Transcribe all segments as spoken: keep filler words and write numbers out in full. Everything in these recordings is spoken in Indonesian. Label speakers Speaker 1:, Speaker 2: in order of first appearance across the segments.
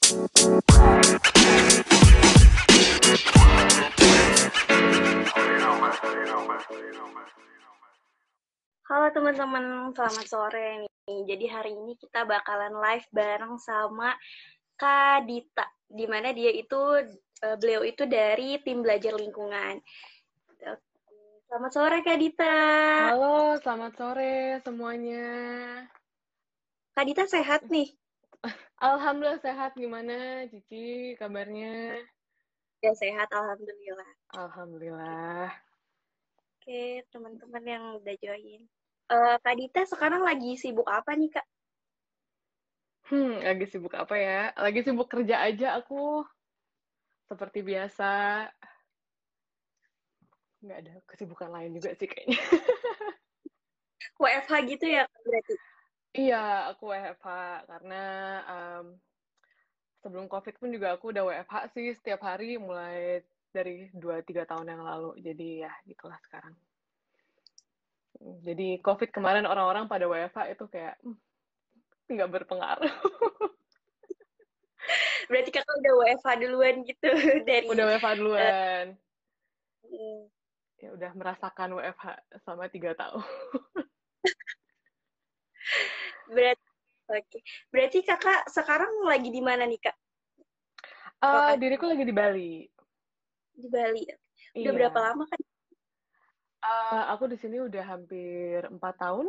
Speaker 1: Halo teman-teman, selamat sore nih. Jadi hari ini kita bakalan live bareng sama Kak Dita, di mana dia itu, eh, beliau itu dari tim belajar lingkungan. Selamat sore Kak Dita.
Speaker 2: Halo, selamat sore semuanya.
Speaker 1: Kak Dita sehat nih?
Speaker 2: Alhamdulillah sehat. Gimana, Cici, kabarnya?
Speaker 1: Ya sehat, Alhamdulillah.
Speaker 2: Alhamdulillah.
Speaker 1: Oke, teman-teman yang udah join. Eh, Kak Dita sekarang lagi sibuk apa nih Kak?
Speaker 2: Hmm, lagi sibuk apa ya? Lagi sibuk kerja aja aku. Seperti biasa. Nggak ada kesibukan lain juga sih kayaknya.
Speaker 1: W F H gitu ya Kak berarti?
Speaker 2: Iya, aku W F H. Karena um, sebelum COVID pun juga aku udah W F H sih setiap hari mulai dari dua tiga tahun yang lalu. Jadi ya, gitulah sekarang. Jadi COVID kemarin orang-orang pada W F H itu kayak hmm, nggak berpengaruh.
Speaker 1: Berarti Kakak udah W F H duluan gitu
Speaker 2: Udah
Speaker 1: dari...
Speaker 2: W F H
Speaker 1: eh,
Speaker 2: duluan.
Speaker 1: hmm,
Speaker 2: Ya udah merasakan W F H selama tiga tahun.
Speaker 1: berarti, oke. Berarti Kakak sekarang lagi di mana nih Kak?
Speaker 2: Uh,
Speaker 1: Lokasi
Speaker 2: diriku lagi di Bali.
Speaker 1: di Bali. Udah berapa
Speaker 2: Iya.
Speaker 1: lama kan?
Speaker 2: Uh, aku di sini udah hampir empat tahun.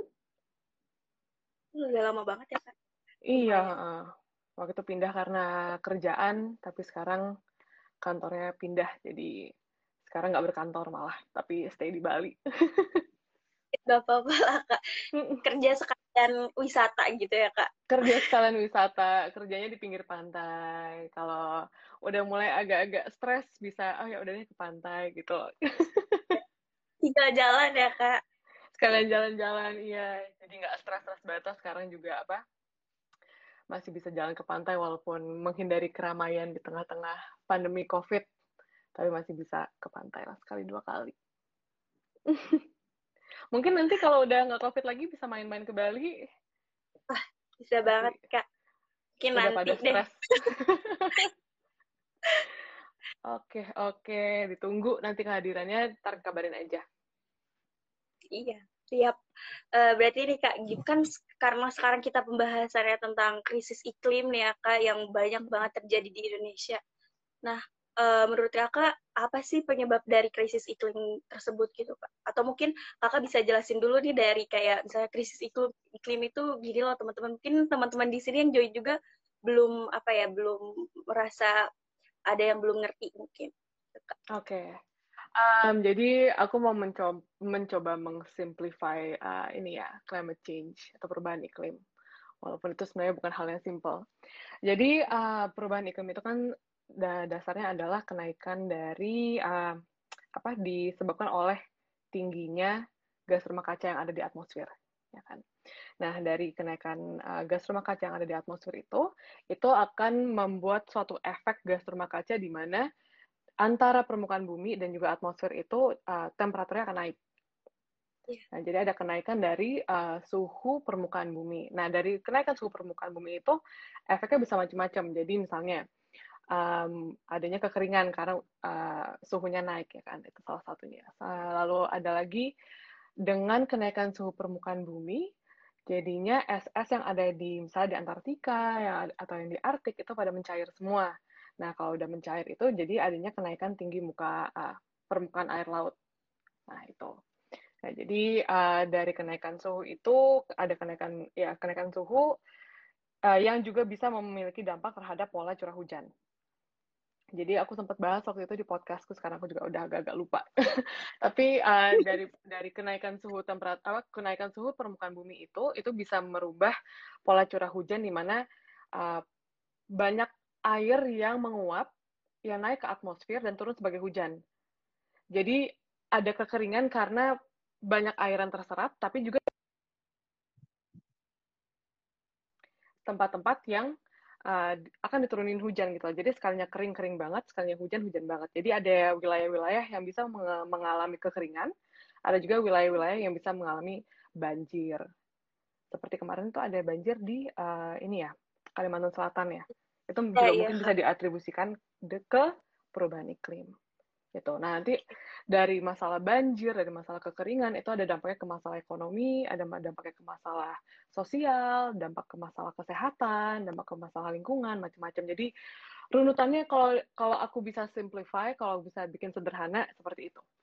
Speaker 1: Udah lama banget ya Kak.
Speaker 2: Iya.
Speaker 1: Lumayan.
Speaker 2: Uh, waktu itu pindah karena kerjaan, tapi sekarang kantornya pindah. Jadi sekarang nggak berkantor malah, tapi stay di Bali.
Speaker 1: Gak apa-apa lah Kak. Kerja sekalian wisata gitu ya Kak.
Speaker 2: Kerja sekalian wisata, kerjanya di pinggir pantai. Kalau udah mulai agak-agak stres, bisa, oh ya udah deh ke pantai gitu.
Speaker 1: Tinggal jalan ya Kak.
Speaker 2: Sekalian jalan-jalan, iya. Jadi nggak stres-stres batas. Sekarang juga apa, masih bisa jalan ke pantai walaupun menghindari keramaian di tengah-tengah pandemi COVID. Tapi masih bisa ke pantai lah sekali dua kali. Mungkin nanti kalau udah nggak COVID lagi bisa main-main ke Bali.
Speaker 1: Wah, bisa
Speaker 2: Tapi
Speaker 1: banget Kak. Mungkin
Speaker 2: udah
Speaker 1: nanti
Speaker 2: pada
Speaker 1: deh.
Speaker 2: stres. Oke, oke. Ditunggu nanti kehadirannya. Ntar kabarin aja.
Speaker 1: Iya, siap. Eh, berarti nih Kak, gitu kan karena sekarang kita pembahasannya tentang krisis iklim nih ya Kak, yang banyak banget terjadi di Indonesia. Nah, eh, menurut Kakak, apa sih penyebab dari krisis iklim tersebut gitu Kak? Atau mungkin Kakak bisa jelasin dulu nih dari kayak misalnya krisis iklim, iklim itu gini loh teman-teman. Mungkin teman-teman di sini yang join juga belum apa ya, belum merasa ada yang belum ngerti mungkin.
Speaker 2: Oke. Um, jadi aku mau mencoba, mencoba mengsimplify uh, ini ya, climate change atau perubahan iklim. Walaupun itu sebenarnya bukan hal yang simple. Jadi uh, perubahan iklim itu kan da dasarnya adalah kenaikan dari uh, apa disebabkan oleh tingginya gas rumah kaca yang ada di atmosfer, ya kan. Nah, dari kenaikan uh, gas rumah kaca yang ada di atmosfer itu, itu akan membuat suatu efek gas rumah kaca di mana antara permukaan bumi dan juga atmosfer itu uh, temperaturnya akan naik.
Speaker 1: Iya.
Speaker 2: Nah, jadi ada kenaikan dari uh, suhu permukaan bumi. Nah, dari kenaikan suhu permukaan bumi itu efeknya bisa macam-macam. Jadi misalnya um, adanya kekeringan karena uh, suhunya naik ya kan, itu salah satunya. Lalu ada lagi dengan kenaikan suhu permukaan bumi, jadinya es-es yang ada di misalnya di Antartika yang ada, atau yang di Arktik itu pada mencair semua. Nah, kalau udah mencair itu jadi adanya kenaikan tinggi muka uh, permukaan air laut. Nah, itu. Nah, jadi uh, dari kenaikan suhu itu ada kenaikan ya kenaikan suhu uh, yang juga bisa memiliki dampak terhadap pola curah hujan. Jadi aku sempat bahas waktu itu di podcastku, sekarang aku juga udah agak-agak lupa. Tapi uh, dari dari kenaikan suhu temperatur, apa, kenaikan suhu permukaan bumi itu itu bisa merubah pola curah hujan di mana uh, banyak air yang menguap, yang naik ke atmosfer dan turun sebagai hujan. Jadi ada kekeringan karena banyak air yang terserap, tapi juga tempat-tempat yang uh, akan diturunin hujan gitu. Jadi sekalinya kering-kering banget, sekalinya hujan hujan banget. Jadi ada wilayah-wilayah yang bisa mengalami kekeringan, ada juga wilayah-wilayah yang bisa mengalami banjir. Seperti kemarin tuh ada banjir di uh, ini ya, Kalimantan Selatan ya. Itu
Speaker 1: Ya,
Speaker 2: juga
Speaker 1: iya,
Speaker 2: mungkin bisa
Speaker 1: Kak.
Speaker 2: diatribusikan ke perubahan iklim. Gitu. Nah, nanti dari masalah banjir, dari masalah kekeringan, itu ada dampaknya ke masalah ekonomi, ada dampaknya ke masalah sosial, dampak ke masalah kesehatan, dampak ke masalah lingkungan, macam-macam. Jadi, runutannya kalau kalau aku bisa simplify, kalau bisa bikin sederhana, seperti itu.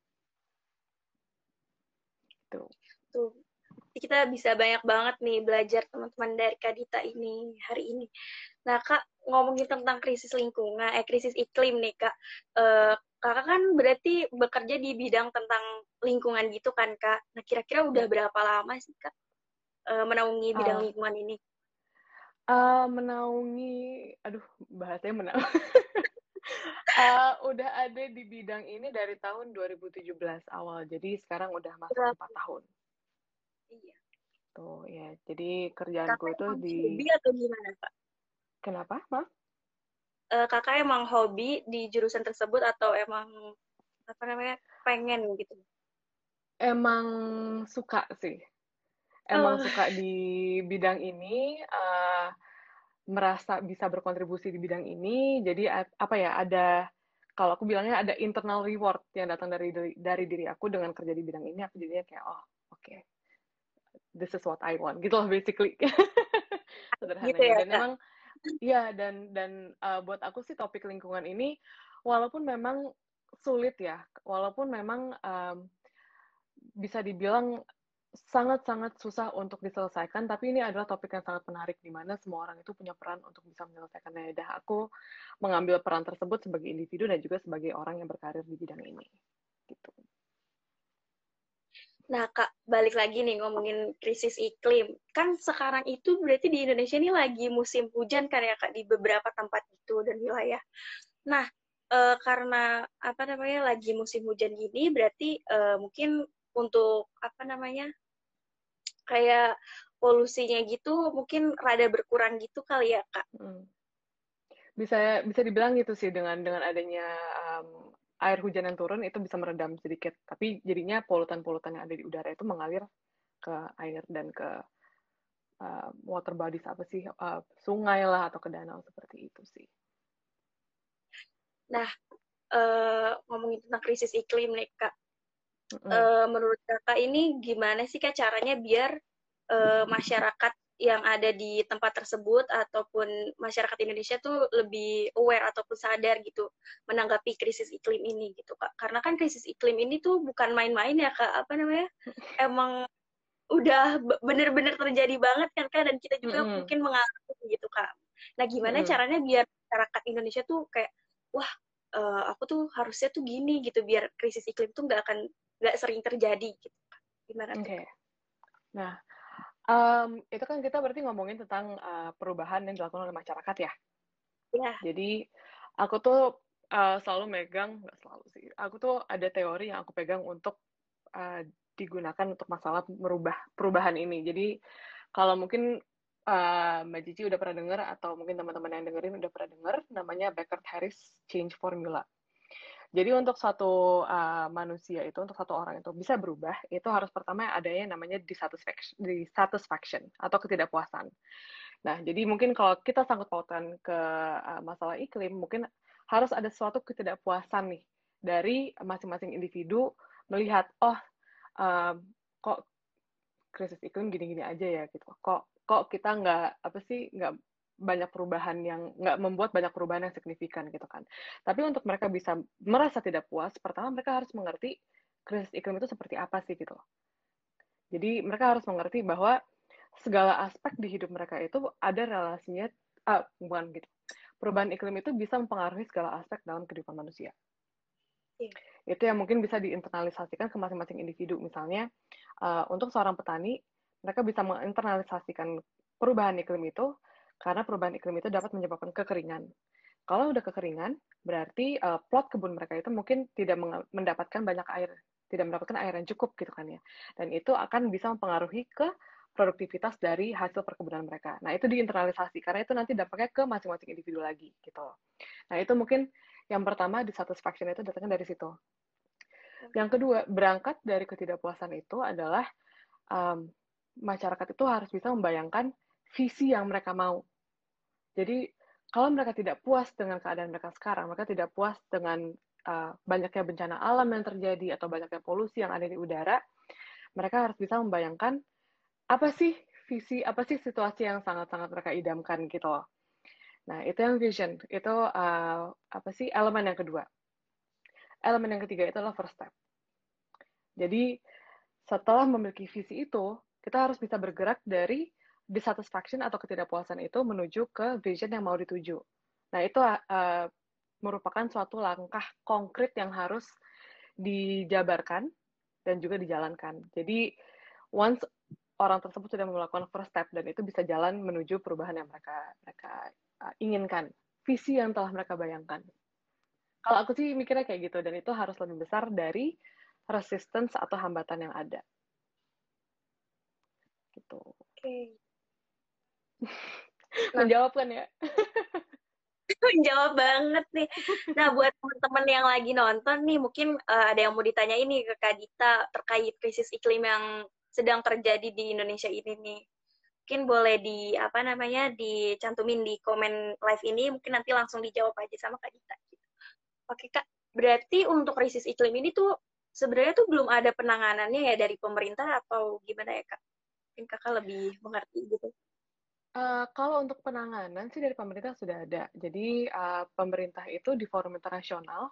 Speaker 2: Tuh.
Speaker 1: Tuh. Kita bisa banyak banget nih belajar teman-teman dari Kak Dita ini hari ini. Nah, Kak, ngomongin tentang krisis lingkungan, eh krisis iklim nih, Kak. Eh, Kakak kan berarti bekerja di bidang tentang lingkungan gitu kan, Kak. Nah, kira-kira udah
Speaker 2: Ya.
Speaker 1: berapa lama sih, Kak, eh, menaungi bidang
Speaker 2: Uh,
Speaker 1: lingkungan ini?
Speaker 2: uh, menaungi, aduh, bahasanya menaungi. uh, udah ada di bidang ini dari tahun dua ribu tujuh belas awal, jadi sekarang udah masuk
Speaker 1: Berapa?
Speaker 2: empat tahun.
Speaker 1: Iya.
Speaker 2: Tuh, ya. Jadi kerjaanku
Speaker 1: Kakak
Speaker 2: itu
Speaker 1: emang
Speaker 2: di...
Speaker 1: hobi atau gimana, Kak?
Speaker 2: Kenapa, Maaf?
Speaker 1: Eh, kakak emang hobi di jurusan tersebut atau emang apa namanya pengen gitu?
Speaker 2: Emang suka sih. Emang
Speaker 1: Oh,
Speaker 2: suka di bidang ini, uh, merasa bisa berkontribusi di bidang ini. Jadi apa ya, ada, kalau aku bilangnya ada internal reward yang datang dari dari, dari diri aku dengan kerja di bidang ini. Aku jadinya kayak, oh, oke, okay, this is what I want, gitu loh basically.
Speaker 1: gitu
Speaker 2: Sederhananya.
Speaker 1: ya,
Speaker 2: Dan
Speaker 1: Kak.
Speaker 2: emang, ya, dan dan uh, buat aku sih topik lingkungan ini, walaupun memang sulit ya, walaupun memang um, bisa dibilang sangat-sangat susah untuk diselesaikan, tapi ini adalah topik yang sangat menarik, di mana semua orang itu punya peran untuk bisa menyelesaikannya. Dan aku mengambil peran tersebut sebagai individu dan juga sebagai orang yang berkarir di bidang ini. Gitu.
Speaker 1: Nah, Kak, balik lagi nih ngomongin krisis iklim. Kan sekarang itu berarti di Indonesia ini lagi musim hujan kan ya, Kak, di beberapa tempat itu dan wilayah. Nah, eh, karena apa namanya lagi musim hujan gini, berarti eh, mungkin untuk apa namanya kayak polusinya gitu mungkin rada berkurang gitu kali ya, Kak.
Speaker 2: Hmm. Bisa bisa dibilang gitu sih, dengan dengan adanya um, air hujan yang turun itu bisa meredam sedikit, tapi jadinya polutan-polutan yang ada di udara itu mengalir ke air dan ke uh, water bodies, apa sih, uh, sungai lah atau ke danau, seperti itu sih.
Speaker 1: Nah, eh, ngomongin tentang krisis iklim nih, Kak.
Speaker 2: Mm-mm.
Speaker 1: Eh, menurut Kakak ini gimana sih, Kak, caranya biar eh, masyarakat yang ada di tempat tersebut ataupun masyarakat Indonesia tuh lebih aware ataupun sadar gitu menanggapi krisis iklim ini gitu, Kak. Karena kan krisis iklim ini tuh bukan main-main ya, Kak. Apa namanya? Emang udah bener-bener terjadi banget kan, Kak, dan kita juga
Speaker 2: Mm-mm.
Speaker 1: mungkin mengalami gitu, Kak. Nah, gimana
Speaker 2: Mm-mm.
Speaker 1: caranya biar masyarakat Indonesia tuh kayak, wah, eh, aku tuh harusnya tuh gini gitu, biar krisis iklim tuh nggak akan nggak sering terjadi gitu, Kak. Gimana
Speaker 2: Oke.
Speaker 1: tuh,
Speaker 2: Okay.
Speaker 1: Kak?
Speaker 2: Nah, um, itu kan kita berarti ngomongin tentang uh, perubahan yang dilakukan oleh masyarakat ya.
Speaker 1: Ya,
Speaker 2: Jadi aku tuh uh, selalu megang, nggak selalu sih, aku tuh ada teori yang aku pegang untuk uh, digunakan untuk masalah merubah perubahan ini. Jadi kalau mungkin uh, Mbak Cici udah pernah dengar, atau mungkin teman-teman yang dengerin udah pernah dengar, namanya Beckert-Harris Change Formula. Jadi untuk satu uh, manusia itu, untuk satu orang itu bisa berubah, itu harus pertama adanya namanya dissatisfaction, dissatisfaction atau ketidakpuasan. Nah, jadi mungkin kalau kita sangkut pautan ke uh, masalah iklim, mungkin harus ada suatu ketidakpuasan nih dari masing-masing individu melihat, oh, um, kok krisis iklim gini-gini aja ya gitu. Kok kok kita nggak apa sih nggak banyak perubahan yang nggak membuat banyak perubahan yang signifikan gitu kan. Tapi untuk mereka bisa merasa tidak puas, pertama mereka harus mengerti krisis iklim itu seperti apa sih gitu. Jadi mereka harus mengerti bahwa segala aspek di hidup mereka itu ada relasinya, ah, bukan gitu. Perubahan iklim itu bisa mempengaruhi segala aspek dalam kehidupan manusia.
Speaker 1: iya.
Speaker 2: Itu yang mungkin bisa diinternalisasikan ke masing-masing individu. Misalnya, uh, untuk seorang petani, mereka bisa menginternalisasikan perubahan iklim itu, karena perubahan iklim itu dapat menyebabkan kekeringan. Kalau udah kekeringan, berarti uh, plot kebun mereka itu mungkin tidak mendapatkan banyak air, tidak mendapatkan air yang cukup gitu kan ya. Dan itu akan bisa mempengaruhi ke produktivitas dari hasil perkebunan mereka. Nah, itu diinternalisasi, karena itu nanti dampaknya ke masing-masing individu lagi gitu. Nah, itu mungkin yang pertama, dissatisfaction itu datangnya dari situ. Yang kedua, berangkat dari ketidakpuasan itu adalah um, masyarakat itu harus bisa membayangkan visi yang mereka mau. Jadi kalau mereka tidak puas dengan keadaan mereka sekarang, mereka tidak puas dengan uh, banyaknya bencana alam yang terjadi atau banyaknya polusi yang ada di udara, mereka harus bisa membayangkan apa sih visi, apa sih situasi yang sangat-sangat mereka idamkan gitu loh. Nah, itu yang vision, itu uh, apa sih elemen yang kedua. Elemen yang ketiga itu adalah first step. Jadi, setelah memiliki visi itu, kita harus bisa bergerak dari dissatisfaction atau ketidakpuasan itu menuju ke vision yang mau dituju. Nah, itu uh, merupakan suatu langkah konkret yang harus dijabarkan dan juga dijalankan. Jadi, once orang tersebut sudah melakukan first step dan itu bisa jalan menuju perubahan yang mereka mereka uh, inginkan, visi yang telah mereka bayangkan. Kalau aku sih mikirnya kayak gitu, dan itu harus lebih besar dari resistance atau hambatan yang ada. Gitu.
Speaker 1: Oke. Okay. Nah,
Speaker 2: menjawab kan ya?
Speaker 1: menjawab banget nih. Nah, buat teman-teman yang lagi nonton nih, mungkin uh, ada yang mau ditanya ini ke Kak Dita terkait krisis iklim yang sedang terjadi di Indonesia ini nih. Mungkin boleh di apa namanya dicantumin di komen live ini, mungkin nanti langsung dijawab aja sama Kak Dita. Oke Kak, berarti untuk krisis iklim ini tuh sebenarnya tuh belum ada penanganannya ya dari pemerintah atau gimana ya Kak? Mungkin Kakak lebih mengerti gitu.
Speaker 2: Uh, kalau untuk penanganan sih dari pemerintah sudah ada. Jadi uh, pemerintah itu di forum internasional,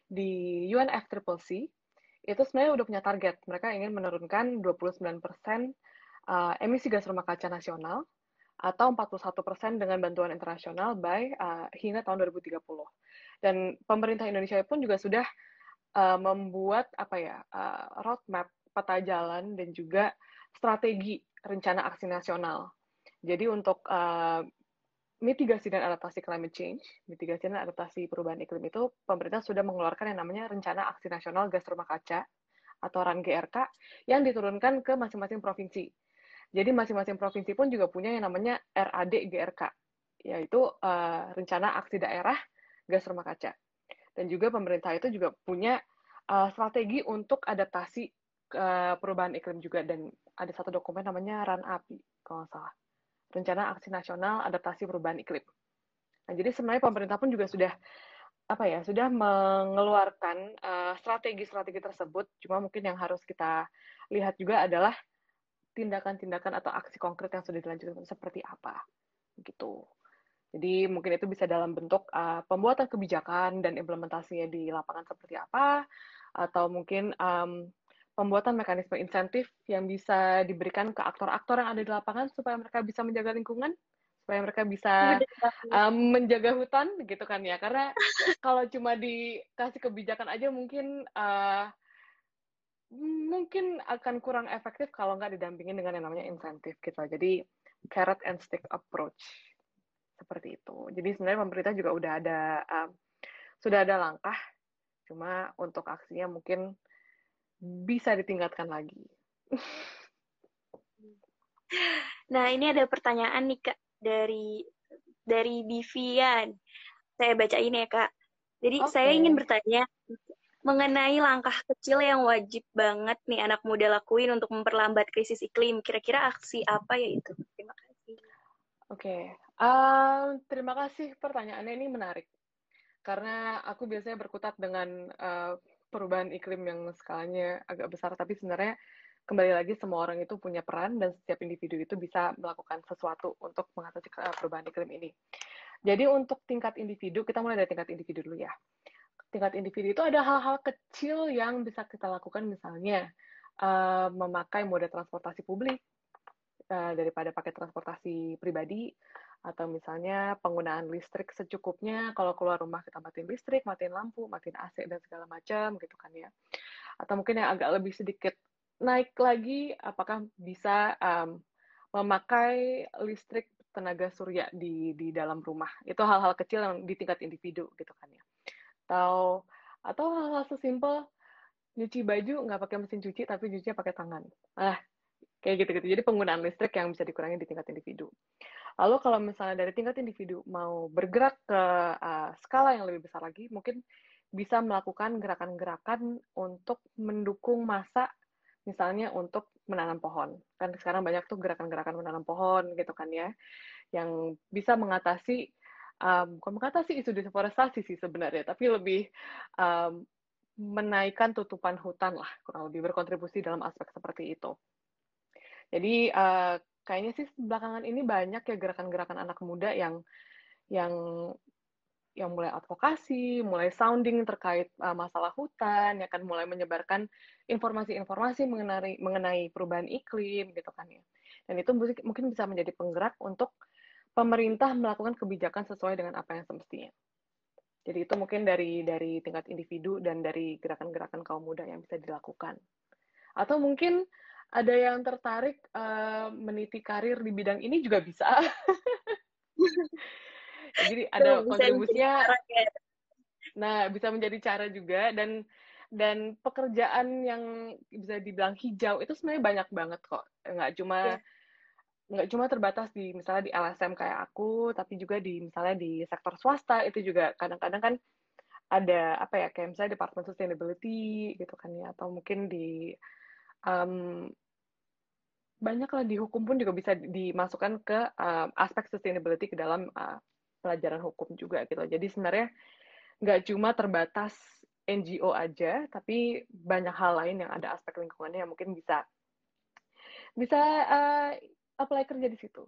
Speaker 2: di U N F C C C, itu sebenarnya udah punya target. Mereka ingin menurunkan dua puluh sembilan persen uh, emisi gas rumah kaca nasional atau empat puluh satu persen dengan bantuan internasional by uh, hingga tahun dua ribu tiga puluh. Dan pemerintah Indonesia pun juga sudah uh, membuat apa ya uh, roadmap, peta jalan dan juga strategi rencana aksi nasional. Jadi untuk uh, mitigasi dan adaptasi climate change, mitigasi dan adaptasi perubahan iklim itu, pemerintah sudah mengeluarkan yang namanya Rencana Aksi Nasional Gas Rumah Kaca atau R A N G R K yang diturunkan ke masing-masing provinsi. Jadi masing-masing provinsi pun juga punya yang namanya R A D G R K, yaitu uh, Rencana Aksi Daerah Gas Rumah Kaca. Dan juga pemerintah itu juga punya uh, strategi untuk adaptasi uh, perubahan iklim juga, dan ada satu dokumen namanya R A N A P I, kalau nggak salah. Rencana Aksi Nasional Adaptasi Perubahan Iklim. Nah, jadi sebenarnya pemerintah pun juga sudah apa ya, sudah mengeluarkan strategi-strategi uh, tersebut. Cuma mungkin yang harus kita lihat juga adalah tindakan-tindakan atau aksi konkret yang sudah dilanjutkan seperti apa, gitu. Jadi mungkin itu bisa dalam bentuk uh, pembuatan kebijakan dan implementasinya di lapangan seperti apa, atau mungkin um, pembuatan mekanisme insentif yang bisa diberikan ke aktor-aktor yang ada di lapangan supaya mereka bisa menjaga lingkungan, supaya mereka bisa um, menjaga hutan, gitu kan ya. Karena kalau cuma dikasih kebijakan aja mungkin uh, mungkin akan kurang efektif kalau nggak didampingin dengan yang namanya insentif gitu. Jadi carrot and stick approach seperti itu. Jadi sebenarnya pemerintah juga udah ada um, sudah ada langkah, cuma untuk aksinya mungkin bisa ditingkatkan lagi.
Speaker 1: Nah, ini ada pertanyaan nih Kak dari dari Divian. Saya baca ini ya Kak. Jadi
Speaker 2: Oke.
Speaker 1: saya ingin bertanya mengenai langkah kecil yang wajib banget nih anak muda lakuin untuk memperlambat krisis iklim. Kira-kira aksi apa ya itu? Terima kasih.
Speaker 2: Oke, okay. uh, terima kasih pertanyaannya, ini menarik. Karena aku biasanya berkutat dengan uh, perubahan iklim yang skalanya agak besar, tapi sebenarnya kembali lagi semua orang itu punya peran dan setiap individu itu bisa melakukan sesuatu untuk mengatasi uh, perubahan iklim ini. Jadi untuk tingkat individu, kita mulai dari tingkat individu dulu ya. Tingkat individu itu ada hal-hal kecil yang bisa kita lakukan, misalnya uh, memakai moda transportasi publik uh, daripada pakai transportasi pribadi, atau misalnya penggunaan listrik secukupnya, kalau keluar rumah kita matiin listrik, matiin lampu, matiin A C dan segala macam gitu kan ya. Atau mungkin yang agak lebih sedikit naik lagi, apakah bisa um, memakai listrik tenaga surya di di dalam rumah. Itu hal-hal kecil yang di tingkat individu gitu kan ya. Atau atau hal-hal sesimpel nyuci baju nggak pakai mesin cuci tapi cucinya pakai tangan. Ah, kayak gitu-gitu. Jadi penggunaan listrik yang bisa dikurangi di tingkat individu. Lalu kalau misalnya dari tingkat individu mau bergerak ke uh, skala yang lebih besar lagi, mungkin bisa melakukan gerakan-gerakan untuk mendukung massa, misalnya untuk menanam pohon. Kan sekarang banyak tuh gerakan-gerakan menanam pohon gitu kan ya, yang bisa mengatasi um, bukan mengatasi isu deforestasi sih sebenarnya, tapi lebih um, menaikkan tutupan hutan lah, kurang lebih berkontribusi dalam aspek seperti itu. Jadi uh, kayaknya sih belakangan ini banyak ya gerakan-gerakan anak muda yang yang yang mulai advokasi, mulai sounding terkait uh, masalah hutan, ya kan mulai menyebarkan informasi-informasi mengenai mengenai perubahan iklim gitu kan ya. Dan itu mungkin bisa menjadi penggerak untuk pemerintah melakukan kebijakan sesuai dengan apa yang semestinya. Jadi itu mungkin dari dari tingkat individu dan dari gerakan-gerakan kaum muda yang bisa dilakukan. Atau mungkin ada yang tertarik uh, meniti karir di bidang ini juga bisa. Jadi ada
Speaker 1: Itu bisa menjadi
Speaker 2: kontribusinya.
Speaker 1: cara ya.
Speaker 2: Nah, bisa menjadi cara juga dan dan pekerjaan yang bisa dibilang hijau itu sebenarnya banyak banget kok. Nggak cuma
Speaker 1: Ya.
Speaker 2: nggak cuma terbatas di misalnya di L S M kayak aku, tapi juga di misalnya di sektor swasta itu juga kadang-kadang kan ada apa ya kayak misalnya Department Sustainability gitu kan ya, atau mungkin di um, banyak lah di hukum pun juga bisa dimasukkan ke um, aspek sustainability ke dalam uh, pelajaran hukum juga gitu. Jadi sebenarnya nggak cuma terbatas N G O aja, tapi banyak hal lain yang ada aspek lingkungannya yang mungkin bisa bisa uh, apply kerja di situ.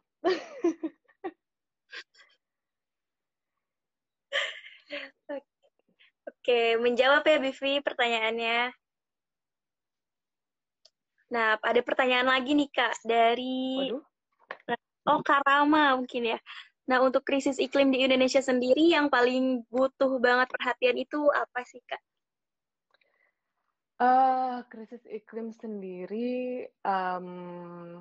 Speaker 1: Oke, menjawab ya Bivi pertanyaannya. Nah, ada pertanyaan lagi nih Kak dari
Speaker 2: Waduh.
Speaker 1: Oh Karama mungkin ya. Nah, untuk krisis iklim di Indonesia sendiri yang paling butuh banget perhatian itu apa sih Kak?
Speaker 2: Uh, krisis iklim sendiri, um,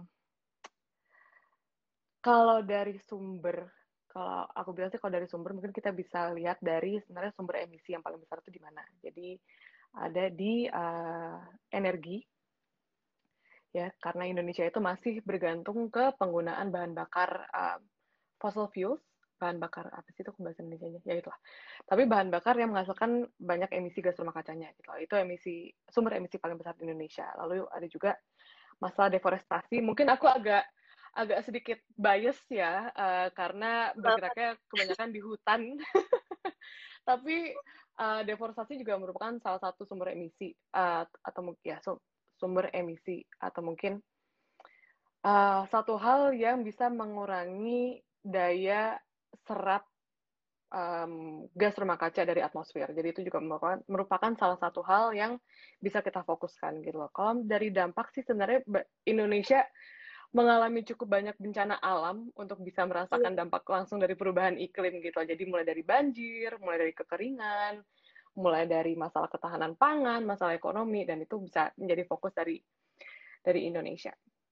Speaker 2: kalau dari sumber, kalau aku bilang sih kalau dari sumber mungkin kita bisa lihat dari sebenarnya sumber emisi yang paling besar itu di mana. Jadi ada di uh, energi, ya karena Indonesia itu masih bergantung ke penggunaan bahan bakar uh, fossil fuels, bahan bakar apa sih itu bahasa Indonesia-nya? Ya itulah. Tapi bahan bakar yang menghasilkan banyak emisi gas rumah kacanya gitu. Itu emisi sumber emisi paling besar di Indonesia. Lalu ada juga masalah deforestasi. Mungkin aku agak agak sedikit bias ya uh, karena
Speaker 1: Bapak.
Speaker 2: bergeraknya kebanyakan di hutan. Tapi uh, deforestasi juga merupakan salah satu sumber emisi uh, atau mungkin ya sumber emisi atau mungkin uh, satu hal yang bisa mengurangi daya serap um, gas rumah kaca dari atmosfer. Jadi itu juga merupakan, merupakan salah satu hal yang bisa kita fokuskan gitu loh. Kalau dari dampak sih sebenarnya Indonesia mengalami cukup banyak bencana alam untuk bisa
Speaker 1: Iya.
Speaker 2: merasakan dampak langsung dari perubahan iklim gitu. Jadi mulai dari banjir, mulai dari kekeringan, mulai dari masalah ketahanan pangan, masalah ekonomi, dan itu bisa menjadi fokus dari dari Indonesia.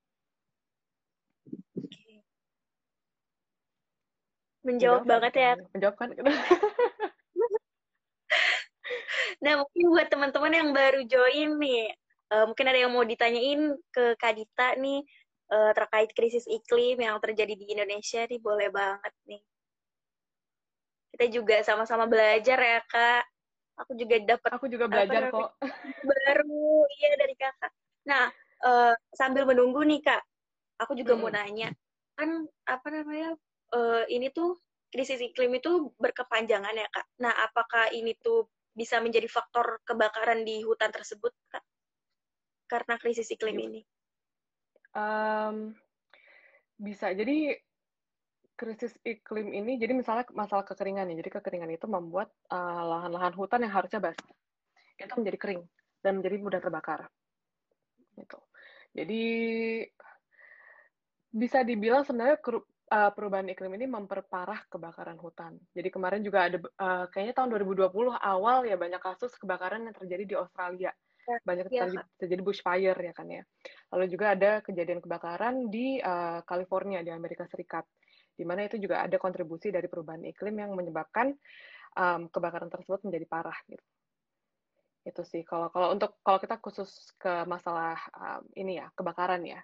Speaker 1: Oke. Menjawab
Speaker 2: Menjawab nggak
Speaker 1: banget ya.
Speaker 2: pertanyaannya? Menjawab kan?
Speaker 1: Nah, mungkin buat teman-teman yang baru join nih, uh, mungkin ada yang mau ditanyain ke Kak Dita nih uh, terkait krisis iklim yang terjadi di Indonesia nih, boleh banget nih. Kita juga sama-sama belajar ya, Kak. Aku juga dapat
Speaker 2: Aku juga
Speaker 1: apa
Speaker 2: belajar
Speaker 1: namanya
Speaker 2: kok.
Speaker 1: baru, iya dari Kakak. Nah, uh, sambil menunggu nih, Kak, aku juga mau
Speaker 2: Mm-mm.
Speaker 1: nanya, kan apa namanya uh, ini tuh krisis iklim itu berkepanjangan ya Kak. Nah, apakah ini tuh bisa menjadi faktor kebakaran di hutan tersebut Kak? Karena krisis iklim ini.
Speaker 2: Um, bisa. Jadi krisis iklim ini, jadi misalnya masalah kekeringan ya. Jadi kekeringan itu membuat uh, lahan-lahan hutan yang harusnya basah itu menjadi kering dan menjadi mudah terbakar. Gitu. Jadi bisa dibilang sebenarnya uh, perubahan iklim ini memperparah kebakaran hutan. Jadi kemarin juga ada uh, kayaknya tahun dua ribu dua puluh awal ya banyak kasus kebakaran yang terjadi di Australia.
Speaker 1: Ya,
Speaker 2: Banyak
Speaker 1: ya
Speaker 2: terjadi,
Speaker 1: Kak.
Speaker 2: terjadi bushfire ya kan ya. Lalu juga ada kejadian kebakaran di uh, California di Amerika Serikat, di mana itu juga ada kontribusi dari perubahan iklim yang menyebabkan um, kebakaran tersebut menjadi parah gitu. Itu sih kalau kalau untuk kalau kita khusus ke masalah um, ini ya kebakaran ya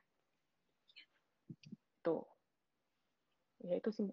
Speaker 2: tuh ya itu sih.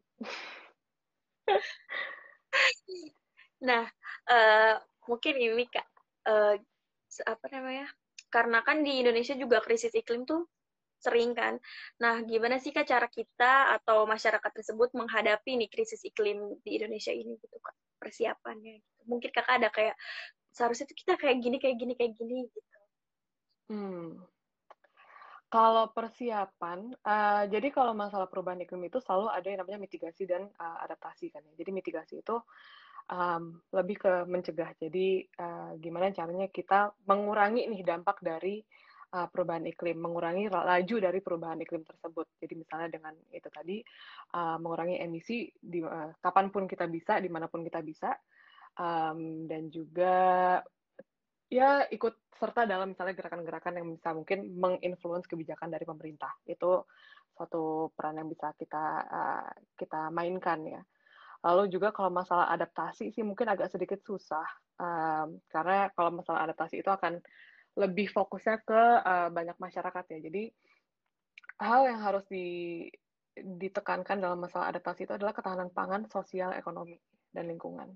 Speaker 1: Nah, uh, mungkin ini Kak, uh, apa namanya? Karena kan di Indonesia juga krisis iklim tuh sering kan. Nah, gimana sih Kak cara kita atau masyarakat tersebut menghadapi nih krisis iklim di Indonesia ini gitu Kak, persiapannya gitu. Mungkin Kakak ada kayak seharusnya tuh kita kayak gini, kayak gini, kayak gini gitu.
Speaker 2: Hmm. Kalau persiapan, uh, jadi kalau masalah perubahan iklim itu selalu ada yang namanya mitigasi dan uh, adaptasi kan ya. Jadi mitigasi itu um, lebih ke mencegah. Jadi uh, gimana caranya kita mengurangi nih dampak dari uh, perubahan iklim, mengurangi laju dari perubahan iklim tersebut. Jadi misalnya dengan itu tadi uh, mengurangi emisi di uh, kapanpun kita bisa, dimanapun kita bisa, um, dan juga ya ikut serta dalam misalnya gerakan-gerakan yang bisa mungkin menginfluence kebijakan dari pemerintah. Itu suatu peran yang bisa kita uh, kita mainkan ya. Lalu juga kalau masalah adaptasi sih mungkin agak sedikit susah, um, karena kalau masalah adaptasi itu akan lebih fokusnya ke uh, banyak masyarakat ya. Jadi hal yang harus di, ditekankan dalam masalah adaptasi itu adalah ketahanan pangan, sosial, ekonomi, dan lingkungan.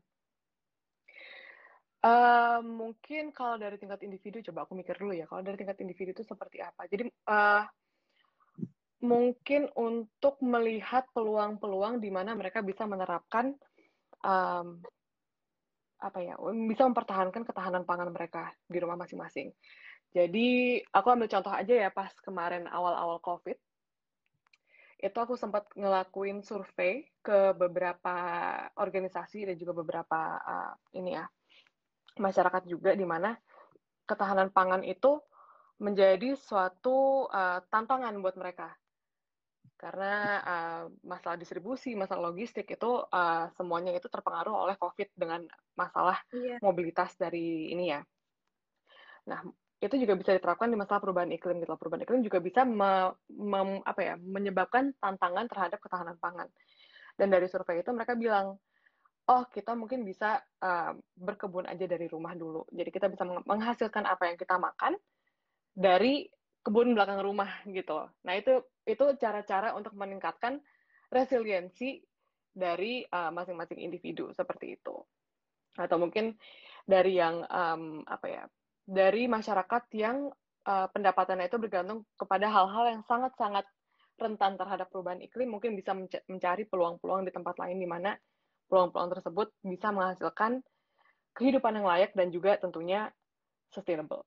Speaker 2: Uh, mungkin kalau dari tingkat individu, coba aku mikir dulu ya. Kalau dari tingkat individu itu seperti apa? Jadi uh, mungkin untuk melihat peluang-peluang di mana mereka bisa menerapkan um, apa ya, bisa mempertahankan ketahanan pangan mereka di rumah masing-masing. Jadi aku ambil contoh aja ya, pas kemarin awal-awal COVID, itu aku sempat ngelakuin survei ke beberapa organisasi dan juga beberapa uh, ini ya masyarakat juga, di mana ketahanan pangan itu menjadi suatu uh, tantangan buat mereka. Karena uh, masalah distribusi, masalah logistik itu uh, semuanya itu terpengaruh oleh COVID dengan masalah
Speaker 1: Iya.
Speaker 2: mobilitas dari ini ya. Nah, itu juga bisa diterapkan di masalah perubahan iklim gitu. Perubahan iklim juga bisa me, mem, apa ya, menyebabkan tantangan terhadap ketahanan pangan. Dan dari survei itu mereka bilang, oh kita mungkin bisa uh, berkebun aja dari rumah dulu. Jadi kita bisa menghasilkan apa yang kita makan dari kebun belakang rumah gitu. Nah itu itu cara-cara untuk meningkatkan resiliensi dari uh, masing-masing individu seperti itu. Atau mungkin dari yang um, apa ya, dari masyarakat yang uh, pendapatannya itu bergantung kepada hal-hal yang sangat-sangat rentan terhadap perubahan iklim, mungkin bisa mencari peluang-peluang di tempat lain di mana peluang-peluang tersebut bisa menghasilkan kehidupan yang layak dan juga tentunya sustainable.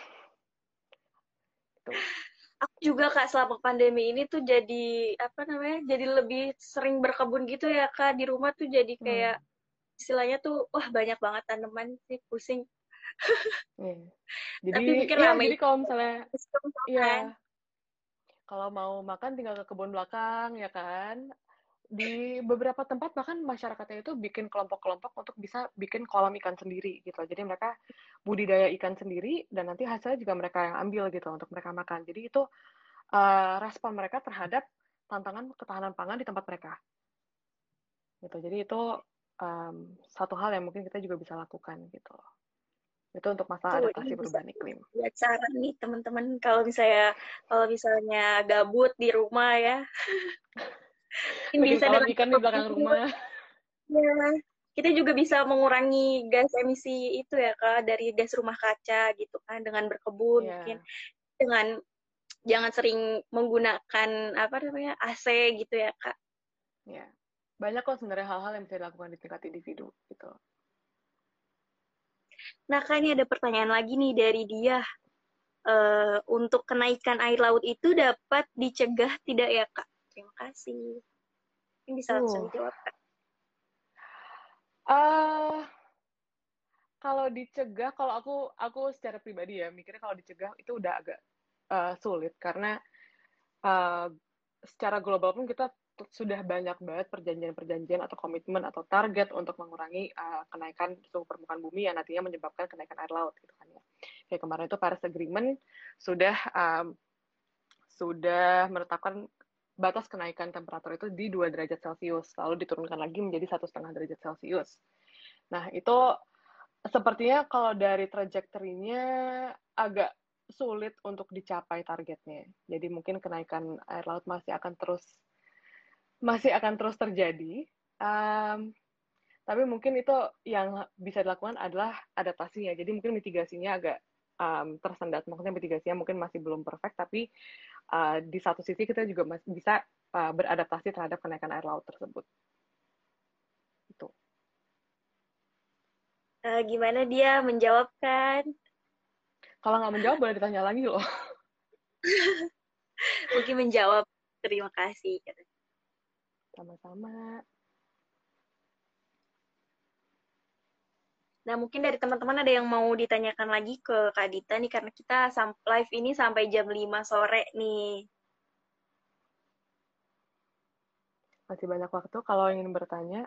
Speaker 2: Itu.
Speaker 1: Aku juga Kak selama pandemi ini tuh jadi apa namanya? Jadi lebih sering berkebun gitu ya Kak di rumah tuh jadi kayak
Speaker 2: Hmm.
Speaker 1: istilahnya tuh wah banyak banget tanaman sih pusing.
Speaker 2: Yeah. Jadi
Speaker 1: Tapi mungkin
Speaker 2: ya
Speaker 1: rame
Speaker 2: jadi kalau misalnya ya
Speaker 1: kan.
Speaker 2: kalau mau makan tinggal ke kebun belakang ya kan. Di beberapa tempat bahkan masyarakatnya itu bikin kelompok-kelompok untuk bisa bikin kolam ikan sendiri gitu. Jadi mereka budidaya ikan sendiri dan nanti hasilnya juga mereka yang ambil gitu untuk mereka makan. Jadi itu uh, respon mereka terhadap tantangan ketahanan pangan di tempat mereka. Gitu. Jadi itu um, satu hal yang mungkin kita juga bisa lakukan gitu. Itu untuk masalah
Speaker 1: Tuh, ini
Speaker 2: adaptasi
Speaker 1: bisa
Speaker 2: perubahan iklim.
Speaker 1: buat cara nih teman-teman kalau misalnya kalau misalnya gabut di rumah ya, mungkin
Speaker 2: Bikin
Speaker 1: bisa
Speaker 2: kolam
Speaker 1: dengan
Speaker 2: ikan di belakang rumah.
Speaker 1: ya. Kita juga bisa mengurangi gas emisi itu ya Kak dari gas rumah kaca gitu kan dengan berkebun mungkin
Speaker 2: Ya,
Speaker 1: dengan jangan sering menggunakan apa namanya A C gitu ya Kak.
Speaker 2: ya. Banyak kok sebenarnya hal-hal yang bisa dilakukan di tingkat individu gitu.
Speaker 1: Nah Kak ini ada pertanyaan lagi nih dari dia. Eh, untuk kenaikan air laut itu dapat dicegah tidak ya Kak? Terima kasih. Ini bisa langsung
Speaker 2: Uh,
Speaker 1: dijawab Kak.
Speaker 2: uh, kalau dicegah, kalau aku aku secara pribadi ya mikirnya kalau dicegah itu udah agak uh, sulit karena uh, secara global pun kita sudah banyak banget perjanjian-perjanjian atau komitmen atau target untuk mengurangi uh, kenaikan suhu permukaan bumi yang nantinya menyebabkan kenaikan air laut gitu kan ya. Kayak kemarin itu Paris Agreement sudah um, sudah menetapkan batas kenaikan temperatur itu di dua derajat Celcius, lalu diturunkan lagi menjadi satu setengah derajat Celcius. Nah itu sepertinya kalau dari trajektorinya agak sulit untuk dicapai targetnya. Jadi mungkin kenaikan air laut masih akan terus masih akan terus terjadi. Um, tapi mungkin itu yang bisa dilakukan adalah adaptasinya. Jadi mungkin mitigasinya agak um, tersendat. Maksudnya mitigasinya mungkin masih belum perfect, tapi uh, di satu sisi kita juga masih bisa uh, beradaptasi terhadap kenaikan air laut tersebut. Itu.
Speaker 1: Uh, gimana dia menjawabkan?
Speaker 2: Kalau nggak menjawab boleh ditanya lagi loh.
Speaker 1: Mungkin menjawab, terima kasih.
Speaker 2: Sama-sama.
Speaker 1: Nah, mungkin dari teman-teman ada yang mau ditanyakan lagi ke Kak Dita nih, karena kita live ini sampai jam lima sore nih.
Speaker 2: Masih banyak waktu kalau ingin bertanya.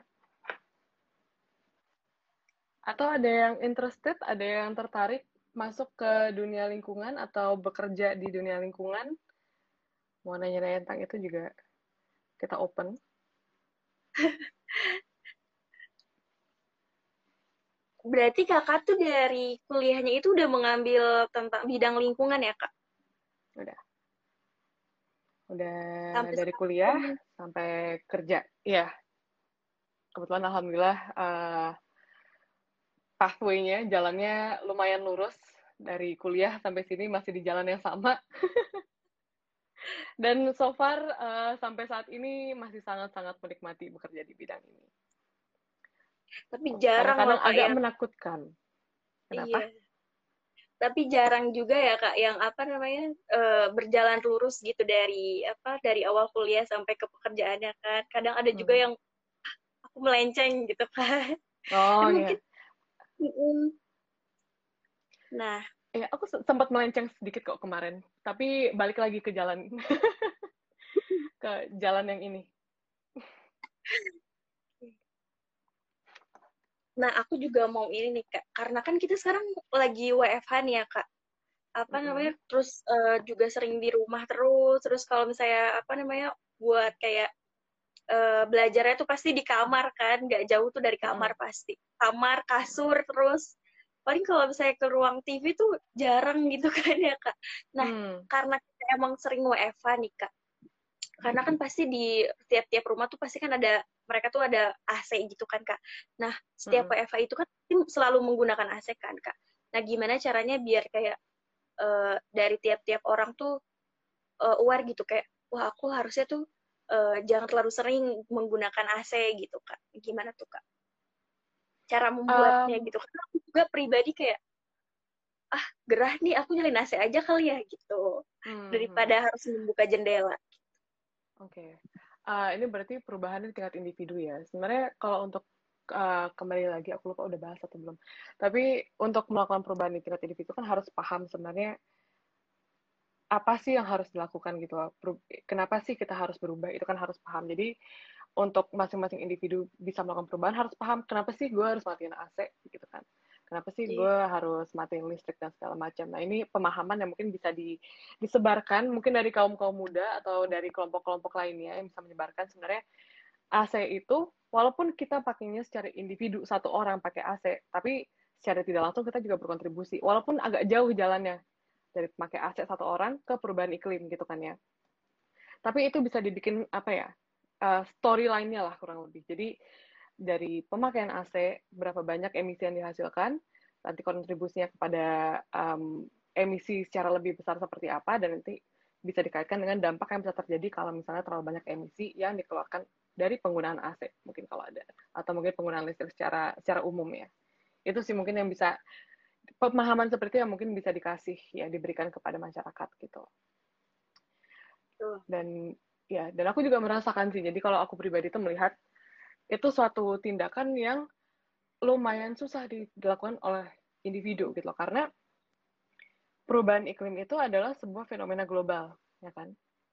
Speaker 2: Atau ada yang interested, ada yang tertarik masuk ke dunia lingkungan atau bekerja di dunia lingkungan. Mau nanya-nanya tentang itu juga kita open.
Speaker 1: Berarti kakak tuh dari kuliahnya itu udah mengambil tentang bidang lingkungan ya, Kak?
Speaker 2: Udah. Udah
Speaker 1: Sampai
Speaker 2: dari kuliah
Speaker 1: sekarang.
Speaker 2: sampai kerja. Iya. Kebetulan alhamdulillah uh, pathway-nya, jalannya lumayan lurus. Dari kuliah sampai sini masih di jalan yang sama. Dan so far uh, sampai saat ini masih sangat-sangat menikmati bekerja di bidang ini.
Speaker 1: Tapi jarang loh,
Speaker 2: Kadang-kadang
Speaker 1: Kak,
Speaker 2: agak
Speaker 1: yang...
Speaker 2: menakutkan. Kenapa?
Speaker 1: Iya. Tapi jarang juga ya, Kak, yang apa namanya, uh, berjalan lurus gitu dari apa dari awal kuliah sampai ke pekerjaannya kan. Kadang ada juga
Speaker 2: Hmm.
Speaker 1: yang aku melenceng gitu kan.
Speaker 2: Oh
Speaker 1: Tapi
Speaker 2: iya.
Speaker 1: mungkin mm, nah,
Speaker 2: Ya, aku sempat melenceng sedikit kok kemarin. Tapi balik lagi ke jalan. Ke jalan yang ini.
Speaker 1: nah aku juga mau ini nih, Kak. Karena kan kita sekarang lagi W F H nih ya, Kak. Apa namanya?
Speaker 2: Mm-mm.
Speaker 1: Terus uh, juga sering di rumah terus. Terus kalau misalnya apa namanya? Buat kayak uh, belajarnya tuh pasti di kamar kan, nggak jauh tuh dari
Speaker 2: Mm-mm.
Speaker 1: kamar pasti. Kamar, kasur, terus paling kalau misalnya ke ruang T V tuh jarang gitu kan ya, Kak. Nah,
Speaker 2: Hmm.
Speaker 1: karena kita emang sering W F H nih, Kak. Karena kan pasti di tiap-tiap rumah tuh pasti kan ada, mereka tuh ada A C gitu kan, Kak. Nah, setiap
Speaker 2: Mm-mm.
Speaker 1: W F H itu kan selalu menggunakan A C kan, Kak. Nah, gimana caranya biar kayak uh, dari tiap-tiap orang tuh uh, aware gitu, kayak, wah aku harusnya tuh uh, jangan terlalu sering menggunakan A C gitu, Kak. Gimana tuh, Kak? Cara membuatnya
Speaker 2: Um,
Speaker 1: gitu. Karena aku juga pribadi kayak, ah gerah nih, aku nyalain A C aja kali ya gitu.
Speaker 2: mm-hmm.
Speaker 1: Daripada harus membuka jendela.
Speaker 2: Oke. Okay. Uh, ini berarti perubahan di tingkat individu ya. Sebenarnya kalau untuk uh, kembali lagi, aku lupa udah bahas atau belum. Tapi untuk melakukan perubahan di tingkat individu kan harus paham sebenarnya apa sih yang harus dilakukan gitu. Kenapa sih kita harus berubah? Itu kan harus paham. Jadi untuk masing-masing individu bisa melakukan perubahan harus paham kenapa sih gue harus matiin A C gitu kan, kenapa sih
Speaker 1: Iya.
Speaker 2: gue harus matiin listrik dan segala macam. Nah ini pemahaman yang mungkin bisa di, disebarkan mungkin dari kaum kaum muda atau dari kelompok-kelompok lainnya yang bisa menyebarkan sebenarnya A C itu walaupun kita pakainya secara individu, satu orang pakai A C, tapi secara tidak langsung kita juga berkontribusi walaupun agak jauh jalannya dari memakai A C satu orang ke perubahan iklim gitu kan ya. Tapi itu bisa dibikin apa ya, uh, storyline-nya lah kurang lebih. Jadi dari pemakaian A C, berapa banyak emisi yang dihasilkan, nanti kontribusinya kepada um, emisi secara lebih besar seperti apa, dan nanti bisa dikaitkan dengan dampak yang bisa terjadi kalau misalnya terlalu banyak emisi yang dikeluarkan dari penggunaan A C, mungkin kalau ada. Atau mungkin penggunaan listrik secara secara umum ya. Itu sih mungkin yang bisa, pemahaman seperti yang mungkin bisa dikasih, ya diberikan kepada masyarakat gitu.
Speaker 1: Tuh.
Speaker 2: Dan ya, dan aku juga merasakan sih, jadi kalau aku pribadi tuh melihat itu suatu tindakan yang lumayan susah dilakukan oleh individu gitu loh, karena perubahan iklim itu adalah sebuah fenomena global, ya kan?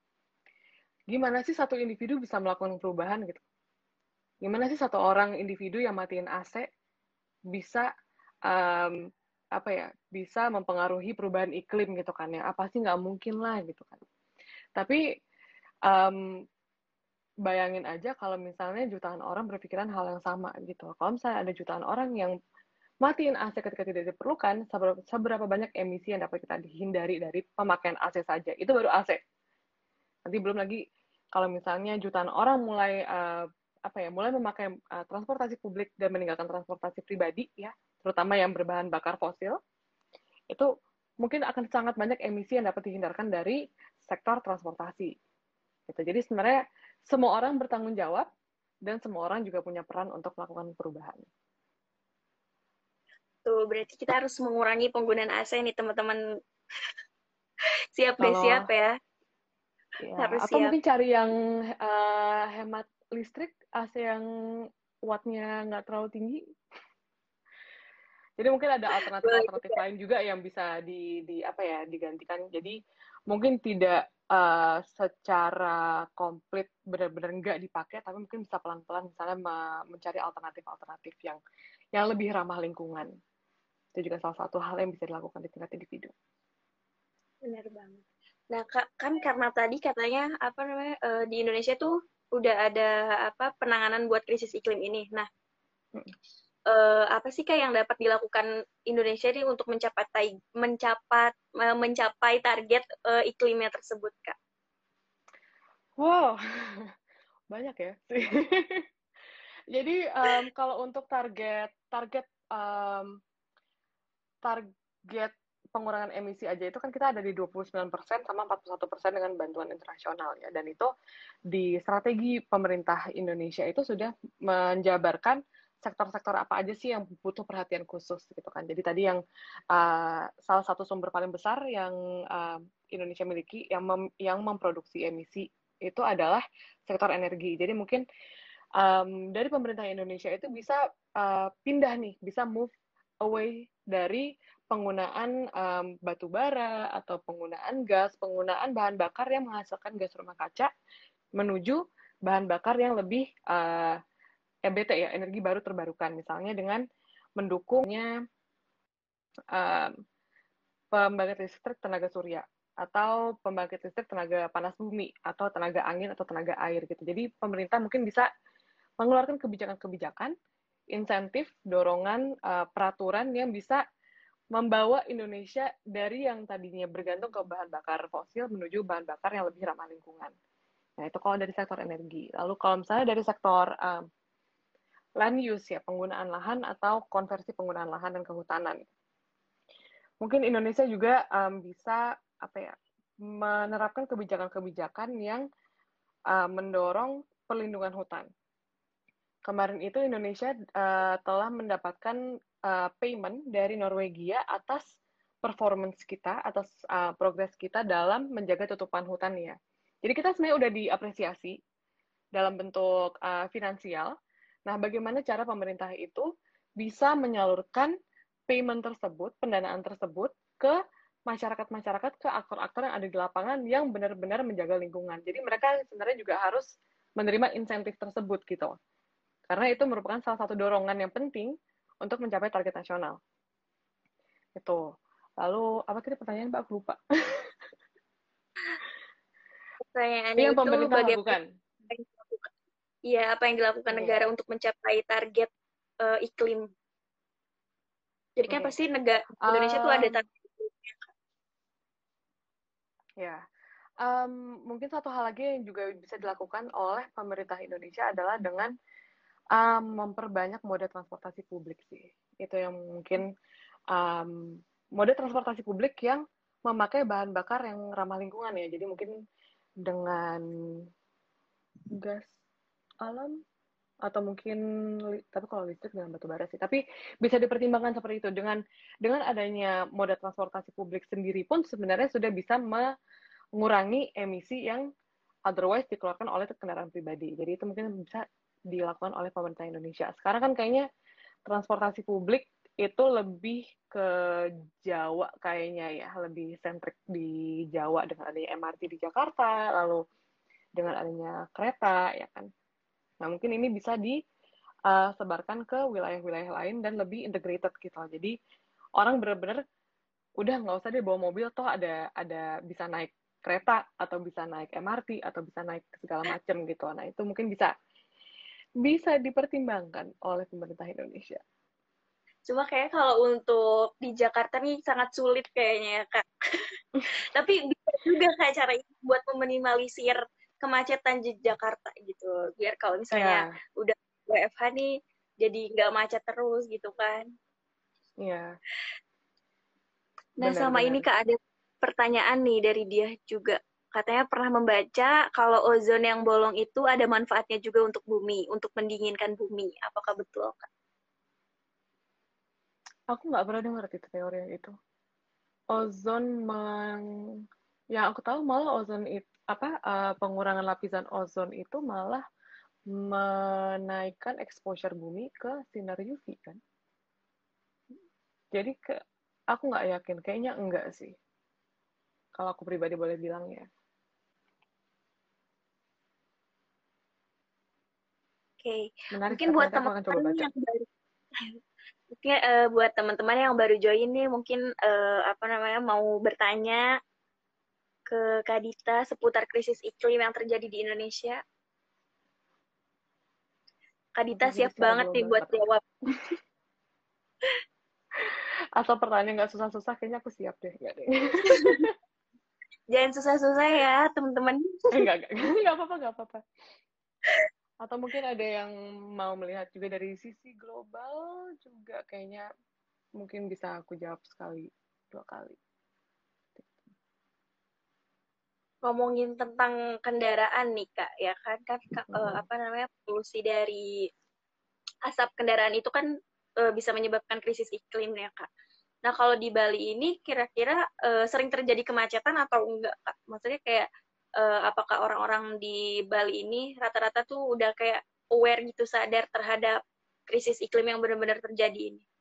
Speaker 2: Gimana sih satu individu bisa melakukan perubahan gitu? Gimana sih satu orang individu yang matiin A C bisa um, apa ya, bisa mempengaruhi perubahan iklim gitu kan ya? Apa sih, nggak mungkin lah gitu kan? Tapi um, bayangin aja kalau misalnya jutaan orang berpikiran hal yang sama gitu. Kalau misalnya ada jutaan orang yang matiin A C ketika tidak diperlukan, seberapa, seberapa banyak emisi yang dapat kita hindari dari pemakaian A C saja. Itu baru A C. Nanti belum lagi kalau misalnya jutaan orang mulai uh, apa ya, mulai memakai uh, transportasi publik dan meninggalkan transportasi pribadi ya, terutama yang berbahan bakar fosil, itu mungkin akan sangat banyak emisi yang dapat dihindarkan dari sektor transportasi. Gitu. Jadi sebenarnya semua orang bertanggung jawab dan semua orang juga punya peran untuk melakukan perubahan.
Speaker 1: Tuh, berarti kita harus mengurangi penggunaan A C nih, teman-teman. Siap deh, siap
Speaker 2: Kalau
Speaker 1: ya.
Speaker 2: ya,
Speaker 1: Harus
Speaker 2: atau
Speaker 1: siap.
Speaker 2: mungkin cari yang uh, hemat listrik, A C yang wattnya nggak terlalu tinggi. Jadi mungkin ada
Speaker 1: Boleh
Speaker 2: alternatif-alternatif
Speaker 1: juga.
Speaker 2: lain juga yang bisa di, di apa ya digantikan. Jadi mungkin tidak uh, secara komplit benar-benar nggak dipakai, tapi mungkin bisa pelan-pelan misalnya me- mencari alternatif-alternatif yang yang lebih ramah lingkungan. Itu juga salah satu hal yang bisa dilakukan di tingkat individu.
Speaker 1: Benar banget. Nah, Kak, kan karena tadi katanya apa namanya eh, di Indonesia tuh udah ada apa penanganan buat krisis iklim ini. Nah,
Speaker 2: Hmm.
Speaker 1: eh, apa sih Kak yang dapat dilakukan Indonesia nih untuk mencapai mencapai mencapai target eh, iklimnya tersebut, Kak?
Speaker 2: Wow, banyak ya. Jadi um, kalau untuk target target um, target pengurangan emisi aja itu kan kita ada di dua puluh sembilan persen sama empat puluh satu persen dengan bantuan internasional ya. Dan itu di strategi pemerintah Indonesia itu sudah menjabarkan sektor-sektor apa aja sih yang butuh perhatian khusus gitu kan. Jadi tadi yang uh, salah satu sumber paling besar yang uh, Indonesia miliki yang mem yang memproduksi emisi itu adalah sektor energi. Jadi mungkin um, dari pemerintah Indonesia itu bisa uh, pindah nih, bisa move away dari penggunaan um, batu bara atau penggunaan gas, penggunaan bahan bakar yang menghasilkan gas rumah kaca menuju bahan bakar yang lebih uh, E B T ya, energi baru terbarukan, misalnya dengan mendukungnya um, pembangkit listrik tenaga surya atau pembangkit listrik tenaga panas bumi atau tenaga angin atau tenaga air gitu. Jadi pemerintah mungkin bisa mengeluarkan kebijakan-kebijakan, insentif, dorongan, uh, peraturan yang bisa membawa Indonesia dari yang tadinya bergantung ke bahan bakar fosil menuju bahan bakar yang lebih ramah lingkungan. Nah, itu kalau dari sektor energi. Lalu kalau misalnya dari sektor um, land use ya, penggunaan lahan atau konversi penggunaan lahan dan kehutanan. Mungkin Indonesia juga um, bisa apa ya, menerapkan kebijakan-kebijakan yang uh, mendorong perlindungan hutan. Kemarin itu Indonesia uh, telah mendapatkan uh, payment dari Norwegia atas performance kita, atas uh, progres kita dalam menjaga tutupan hutan ya. Jadi kita sebenarnya udah diapresiasi dalam bentuk uh, finansial. Nah, bagaimana cara pemerintah itu bisa menyalurkan payment tersebut, pendanaan tersebut ke masyarakat-masyarakat, ke aktor-aktor yang ada di lapangan yang benar-benar menjaga lingkungan. Jadi mereka sebenarnya juga harus menerima insentif tersebut gitu. Karena itu merupakan salah satu dorongan yang penting untuk mencapai target nasional. Itu. Lalu, apa tadi pertanyaan Mbak? Aku lupa.
Speaker 1: Pertanyaannya
Speaker 2: Yang
Speaker 1: itu
Speaker 2: pemerintah
Speaker 1: bagaimana
Speaker 2: lakukan.
Speaker 1: ya apa yang dilakukan
Speaker 2: Oke,
Speaker 1: negara untuk mencapai target eh, iklim. Jadi kan
Speaker 2: oke.
Speaker 1: pasti negara Indonesia tuh ada
Speaker 2: Um,
Speaker 1: target.
Speaker 2: ya, um, mungkin satu hal lagi yang juga bisa dilakukan oleh pemerintah Indonesia adalah dengan um, memperbanyak moda transportasi publik sih. Itu yang mungkin um, moda transportasi publik yang memakai bahan bakar yang ramah lingkungan ya. Jadi mungkin dengan gas alam atau mungkin tapi kalau listrik dengan batu bara sih. Tapi bisa dipertimbangkan seperti itu dengan dengan adanya moda transportasi publik sendiri pun sebenarnya sudah bisa mengurangi emisi yang otherwise dikeluarkan oleh kendaraan pribadi. Jadi itu mungkin bisa dilakukan oleh pemerintah Indonesia. Sekarang kan kayaknya transportasi publik itu lebih ke Jawa kayaknya ya, lebih sentrik di Jawa dengan adanya M R T di Jakarta, lalu dengan adanya kereta ya kan. Nah, mungkin ini bisa disebarkan ke wilayah-wilayah lain dan lebih integrated gitu. Jadi orang benar-benar udah nggak usah deh bawa mobil, toh ada ada bisa naik kereta atau bisa naik M R T atau bisa naik segala macam gitu. Nah, itu mungkin bisa bisa dipertimbangkan oleh pemerintah Indonesia.
Speaker 1: Cuma kayak kalau untuk di Jakarta nih sangat sulit kayaknya ya Kak. Tapi bisa juga kayak cara ini buat meminimalisir kemacetan di Jakarta gitu. Biar kalau misalnya
Speaker 2: Ya,
Speaker 1: udah W F H nih jadi nggak macet terus gitu kan.
Speaker 2: ya,
Speaker 1: Nah, sama ini
Speaker 2: benar-benar.
Speaker 1: Kak ada pertanyaan nih dari dia juga. katanya pernah membaca kalau ozon yang bolong itu ada manfaatnya juga untuk bumi, untuk mendinginkan bumi. Apakah betul, Kak?
Speaker 2: Aku nggak pernah dengar itu teori yang itu. Ozon meng... Yang aku tahu malah ozon itu apa uh, pengurangan lapisan ozon itu malah menaikkan exposure bumi ke sinar U V kan. Jadi ke aku nggak yakin, kayaknya enggak sih. Kalau aku pribadi boleh bilang ya.
Speaker 1: Oke, okay.
Speaker 2: Menarik,
Speaker 1: Mungkin
Speaker 2: aku
Speaker 1: buat
Speaker 2: nanti aku akan coba
Speaker 1: teman-teman
Speaker 2: baca.
Speaker 1: yang baru mungkin uh, buat teman-teman yang baru join nih mungkin uh, apa namanya mau bertanya ke Kak Dita seputar krisis iklim yang terjadi di Indonesia. Kak Dita
Speaker 2: Apa jadi
Speaker 1: siap
Speaker 2: secara
Speaker 1: banget nih
Speaker 2: global
Speaker 1: buat
Speaker 2: atau
Speaker 1: jawab.
Speaker 2: asal pertanyaan nggak susah-susah, kayaknya aku siap deh. Nggak deh.
Speaker 1: Jangan susah-susah ya, teman-teman.
Speaker 2: Eh, nggak, nggak, nggak apa-apa, nggak apa-apa. Atau mungkin ada yang mau melihat juga dari sisi global juga, kayaknya mungkin bisa aku jawab sekali, dua kali.
Speaker 1: Ngomongin tentang kendaraan nih Kak, ya kan kan
Speaker 2: Mm-hmm.
Speaker 1: uh, apa namanya polusi dari asap kendaraan itu kan uh, bisa menyebabkan krisis iklim ya Kak. Nah kalau di Bali ini kira-kira uh, sering terjadi kemacetan atau enggak Kak? Maksudnya kayak uh, apakah orang-orang di Bali ini rata-rata tuh udah kayak aware gitu sadar terhadap krisis iklim yang benar-benar terjadi ini?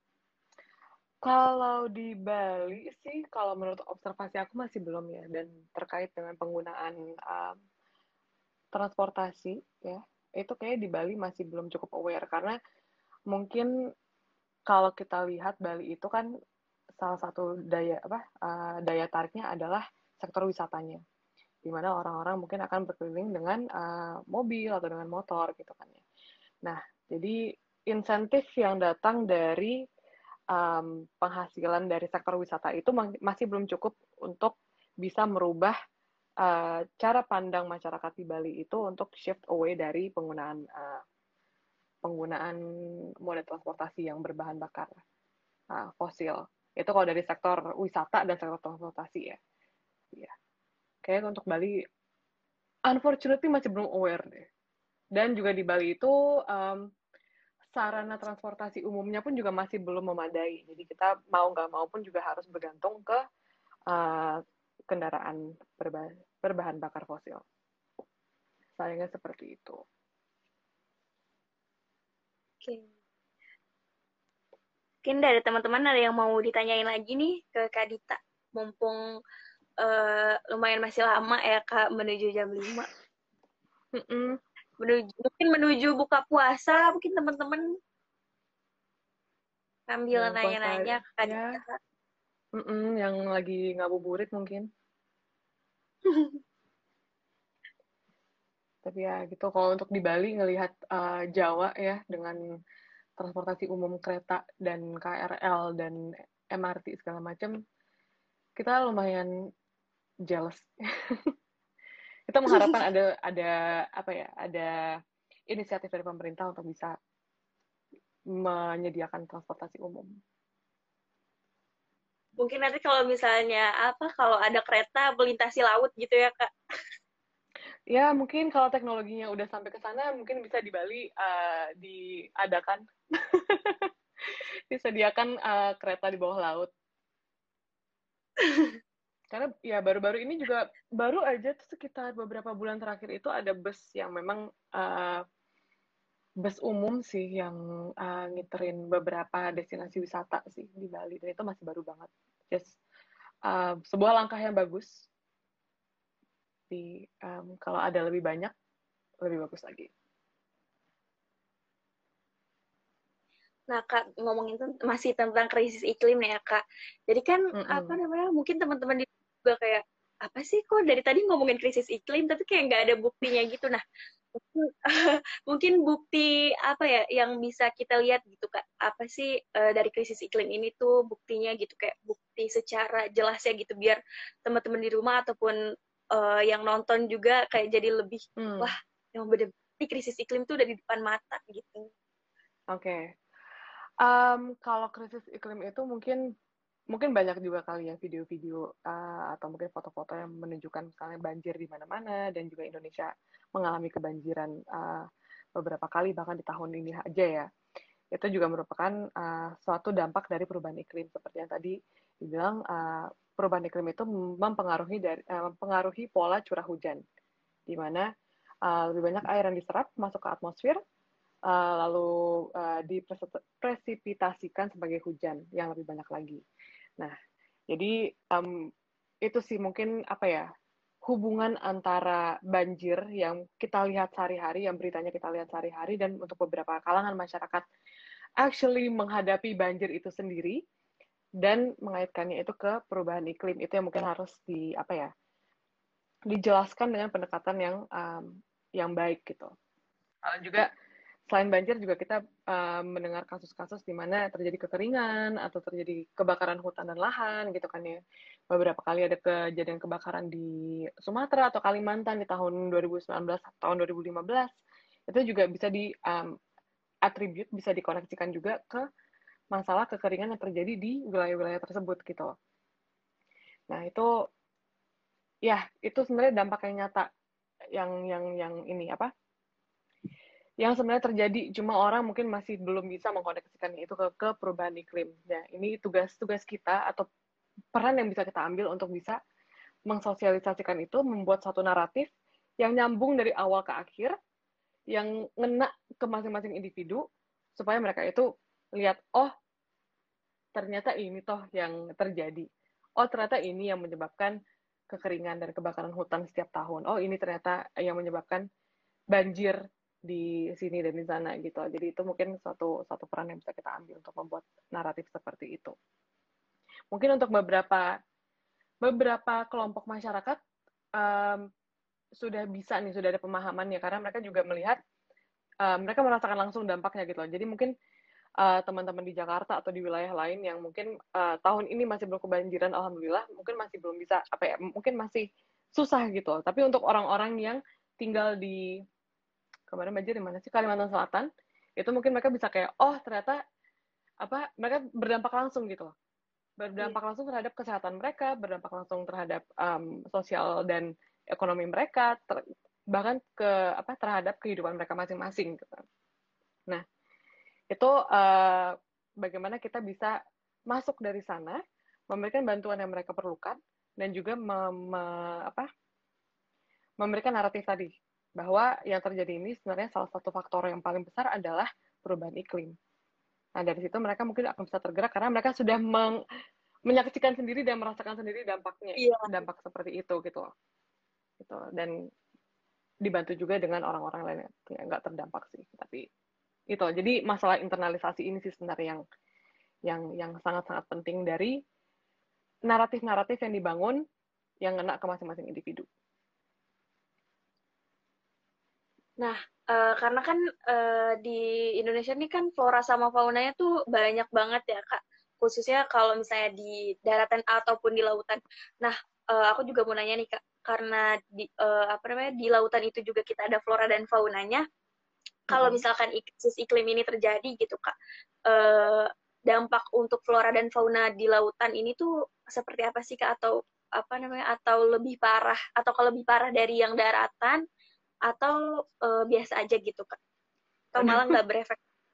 Speaker 2: Kalau di Bali sih, kalau menurut observasi aku masih belum ya, dan terkait dengan penggunaan um, transportasi ya, itu kayak di Bali masih belum cukup aware karena mungkin kalau kita lihat Bali itu kan salah satu daya apa uh, daya tariknya adalah sektor wisatanya, di mana orang-orang mungkin akan berkeliling dengan uh, mobil atau dengan motor gitu kan ya. Nah, jadi insentif yang datang dari um, penghasilan dari sektor wisata itu masih belum cukup untuk bisa merubah uh, cara pandang masyarakat di Bali itu untuk shift away dari penggunaan uh, penggunaan moda transportasi yang berbahan bakar uh, fosil. Itu kalau dari sektor wisata dan sektor transportasi ya. Ya. Kayaknya untuk Bali, unfortunately masih belum aware deh. Dan juga di Bali itu um, sarana transportasi umumnya pun juga masih belum memadai. Jadi kita mau nggak mau pun juga harus bergantung ke uh, kendaraan berbahan, berbahan bakar fosil. Sayangnya seperti itu.
Speaker 1: Oke. Mungkin dari teman-teman ada yang mau ditanyain lagi nih ke Kak Dita. Mumpung uh, lumayan masih lama ya Kak menuju jam lima.
Speaker 2: Mm-mm.
Speaker 1: Menuju, mungkin menuju buka puasa, mungkin teman-teman sambil
Speaker 2: Yang puasa
Speaker 1: nanya-nanya ke Kak
Speaker 2: ya,
Speaker 1: Dita.
Speaker 2: mm-mm, yang lagi ngabuburit mungkin. Tapi ya gitu, kalau untuk di Bali ngelihat uh, Jawa ya dengan transportasi umum kereta dan K R L dan M R T segala macam, kita lumayan jealous. Kita mengharapkan ada ada apa ya, ada inisiatif dari pemerintah untuk bisa menyediakan transportasi umum.
Speaker 1: Mungkin nanti kalau misalnya apa kalau ada kereta melintasi laut gitu ya Kak.
Speaker 2: Ya mungkin kalau teknologinya udah sampai ke sana, mungkin bisa di Bali uh, diadakan, disediakan uh, kereta di bawah laut. Karena ya baru-baru ini juga baru aja tuh sekitar beberapa bulan terakhir itu ada bus yang memang uh, bus umum sih yang uh, ngiterin beberapa destinasi wisata sih di Bali, dan itu masih baru banget. Just uh, sebuah langkah yang bagus. Di um, kalau ada lebih banyak lebih bagus lagi.
Speaker 1: Nah Kak ngomongin tuh masih tentang krisis iklim nih ya Kak. Jadi kan apa
Speaker 2: Mm-mm.
Speaker 1: namanya mungkin teman-teman di juga kayak apa sih kok dari tadi ngomongin krisis iklim tapi kayak nggak ada buktinya gitu. Nah mungkin, mungkin bukti apa ya yang bisa kita lihat gitu Kak. Apa sih uh, dari krisis iklim ini tuh buktinya gitu kayak bukti secara jelas ya gitu biar teman-teman di rumah ataupun uh, yang nonton juga kayak jadi lebih
Speaker 2: Hmm.
Speaker 1: wah yang bener-bener krisis iklim tuh udah di depan mata gitu.
Speaker 2: Oke. Okay. Um, kalau krisis iklim itu mungkin mungkin banyak juga kali ya video-video uh, atau mungkin foto-foto yang menunjukkan misalnya banjir di mana-mana dan juga Indonesia mengalami kebanjiran uh, beberapa kali bahkan di tahun ini aja ya. Itu juga merupakan uh, suatu dampak dari perubahan iklim seperti yang tadi dibilang, uh, perubahan iklim itu mempengaruhi dari uh, mempengaruhi pola curah hujan, di mana uh, lebih banyak air yang diserap masuk ke atmosfer, uh, lalu uh, dipresipitasikan sebagai hujan yang lebih banyak lagi. Nah, jadi um, itu sih mungkin apa ya, hubungan antara banjir yang kita lihat sehari-hari, yang beritanya kita lihat sehari-hari, dan untuk beberapa kalangan masyarakat actually menghadapi banjir itu sendiri, dan mengaitkannya itu ke perubahan iklim, itu yang mungkin harus di apa ya, dijelaskan dengan pendekatan yang um, yang baik gitu. Lalu juga selain banjir juga kita uh, mendengar kasus-kasus di mana terjadi kekeringan atau terjadi kebakaran hutan dan lahan gitu kan ya. Beberapa kali ada kejadian kebakaran di Sumatera atau Kalimantan di tahun dua ribu sembilan belas, tahun dua ribu lima belas. Itu juga bisa di um, atribut, bisa dikoneksikan juga ke masalah kekeringan yang terjadi di wilayah-wilayah tersebut gitu. Nah, itu ya itu sebenarnya dampak yang nyata yang yang yang ini apa? Yang sebenarnya terjadi, cuma orang mungkin masih belum bisa mengkoneksikan itu ke, ke perubahan iklim. Ya, ini tugas-tugas kita atau peran yang bisa kita ambil untuk bisa mensosialisasikan itu, membuat satu naratif yang nyambung dari awal ke akhir, yang ngena ke masing-masing individu, supaya mereka itu lihat, oh, ternyata ini toh yang terjadi. Oh, ternyata ini yang menyebabkan kekeringan dan kebakaran hutan setiap tahun. Oh, ini ternyata yang menyebabkan banjir di sini dan di sana gitu. Jadi itu mungkin satu satu peran yang bisa kita ambil untuk membuat naratif seperti itu. Mungkin untuk beberapa beberapa kelompok masyarakat um, sudah bisa nih, sudah ada pemahaman ya, karena mereka juga melihat, uh, mereka merasakan langsung dampaknya gitu. Jadi mungkin uh, teman-teman di Jakarta atau di wilayah lain yang mungkin uh, tahun ini masih belum kebanjiran, alhamdulillah, mungkin masih belum bisa apa ya, mungkin masih susah gitu. Tapi untuk orang-orang yang tinggal di kemarin banjir di mana sih, Kalimantan Selatan, itu mungkin mereka bisa kayak, oh ternyata apa, mereka berdampak langsung gitu, berdampak
Speaker 1: Iya.
Speaker 2: langsung terhadap kesehatan mereka, berdampak langsung terhadap um, sosial dan ekonomi mereka, ter, bahkan ke apa, terhadap kehidupan mereka masing-masing gitu. Nah, itu uh, bagaimana kita bisa masuk dari sana, memberikan bantuan yang mereka perlukan, dan juga mem, apa, memberikan naratif tadi, bahwa yang terjadi ini sebenarnya salah satu faktor yang paling besar adalah perubahan iklim. Nah, dari situ mereka mungkin akan bisa tergerak karena mereka sudah meng, menyaksikan sendiri dan merasakan sendiri dampaknya,
Speaker 1: Iya.
Speaker 2: dampak seperti itu gitu. Gitu. Dan dibantu juga dengan orang-orang lain yang nggak terdampak sih. Tapi itu, jadi masalah internalisasi ini sih sebenarnya yang yang yang sangat-sangat penting dari naratif-naratif yang dibangun yang ngena ke masing-masing individu.
Speaker 1: Nah, uh, karena kan uh, di Indonesia ini kan flora sama faunanya tuh banyak banget ya, Kak. Khususnya kalau misalnya di daratan ataupun di lautan. Nah, uh, aku juga mau nanya nih, Kak, karena di uh, apa namanya, di lautan itu juga kita ada flora dan faunanya. Kalau
Speaker 2: Mm-hmm.
Speaker 1: misalkan krisis iklim ini terjadi gitu, Kak, uh, dampak untuk flora dan fauna di lautan ini tuh seperti apa sih, Kak? Atau apa namanya? Atau lebih parah atau kalau lebih parah dari yang daratan atau uh, biasa aja gitu, Kak? Atau malah nggak berefek?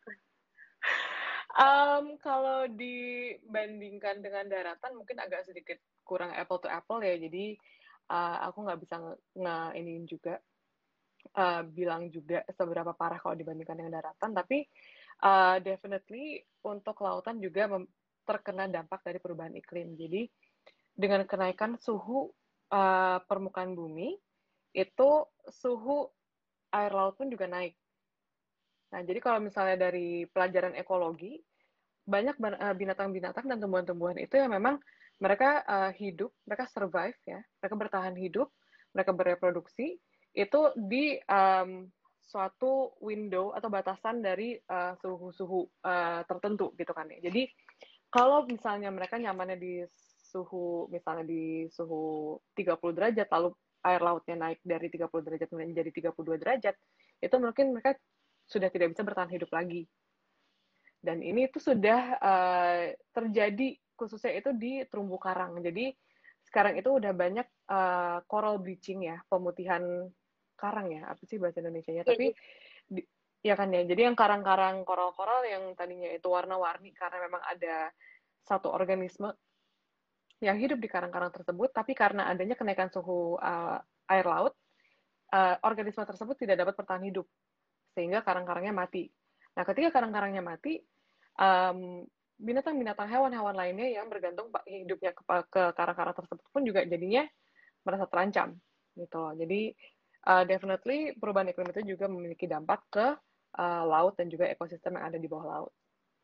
Speaker 2: Um, kalau dibandingkan dengan daratan mungkin agak sedikit kurang apple to apple ya. Jadi uh, aku nggak bisa nge, nge iniin juga, uh, bilang juga seberapa parah kalau dibandingkan dengan daratan. Tapi uh, definitely untuk lautan juga terkena dampak dari perubahan iklim. Jadi dengan kenaikan suhu uh, permukaan bumi, itu suhu air laut pun juga naik. Nah, jadi kalau misalnya dari pelajaran ekologi, banyak binatang-binatang dan tumbuhan-tumbuhan itu yang memang mereka uh, hidup, mereka survive ya, mereka bertahan hidup, mereka bereproduksi itu di um, suatu window atau batasan dari uh, suhu-suhu uh, tertentu gitu kan ya. Jadi kalau misalnya mereka nyamannya di suhu, misalnya di suhu tiga puluh derajat, lalu air lautnya naik dari tiga puluh derajat menjadi tiga puluh dua derajat, itu mungkin mereka sudah tidak bisa bertahan hidup lagi. Dan ini tuh sudah uh, terjadi khususnya itu di terumbu karang. Jadi sekarang itu udah banyak uh, coral bleaching ya, pemutihan karang ya, apa sih bahasa Indonesianya?
Speaker 1: Iya,
Speaker 2: Tapi
Speaker 1: iya.
Speaker 2: di, ya kan ya, jadi yang karang-karang koral-koral yang tadinya itu warna-warni karena memang ada satu organisme yang hidup di karang-karang tersebut, tapi karena adanya kenaikan suhu uh, air laut, uh, organisme tersebut tidak dapat bertahan hidup, sehingga karang-karangnya mati. Nah, ketika karang-karangnya mati, um, binatang-binatang hewan-hewan lainnya yang bergantung hidupnya ke, ke karang-karang tersebut pun juga jadinya merasa terancam gitu loh. Jadi uh, definitely perubahan iklim itu juga memiliki dampak ke uh, laut dan juga ekosistem yang ada di bawah laut.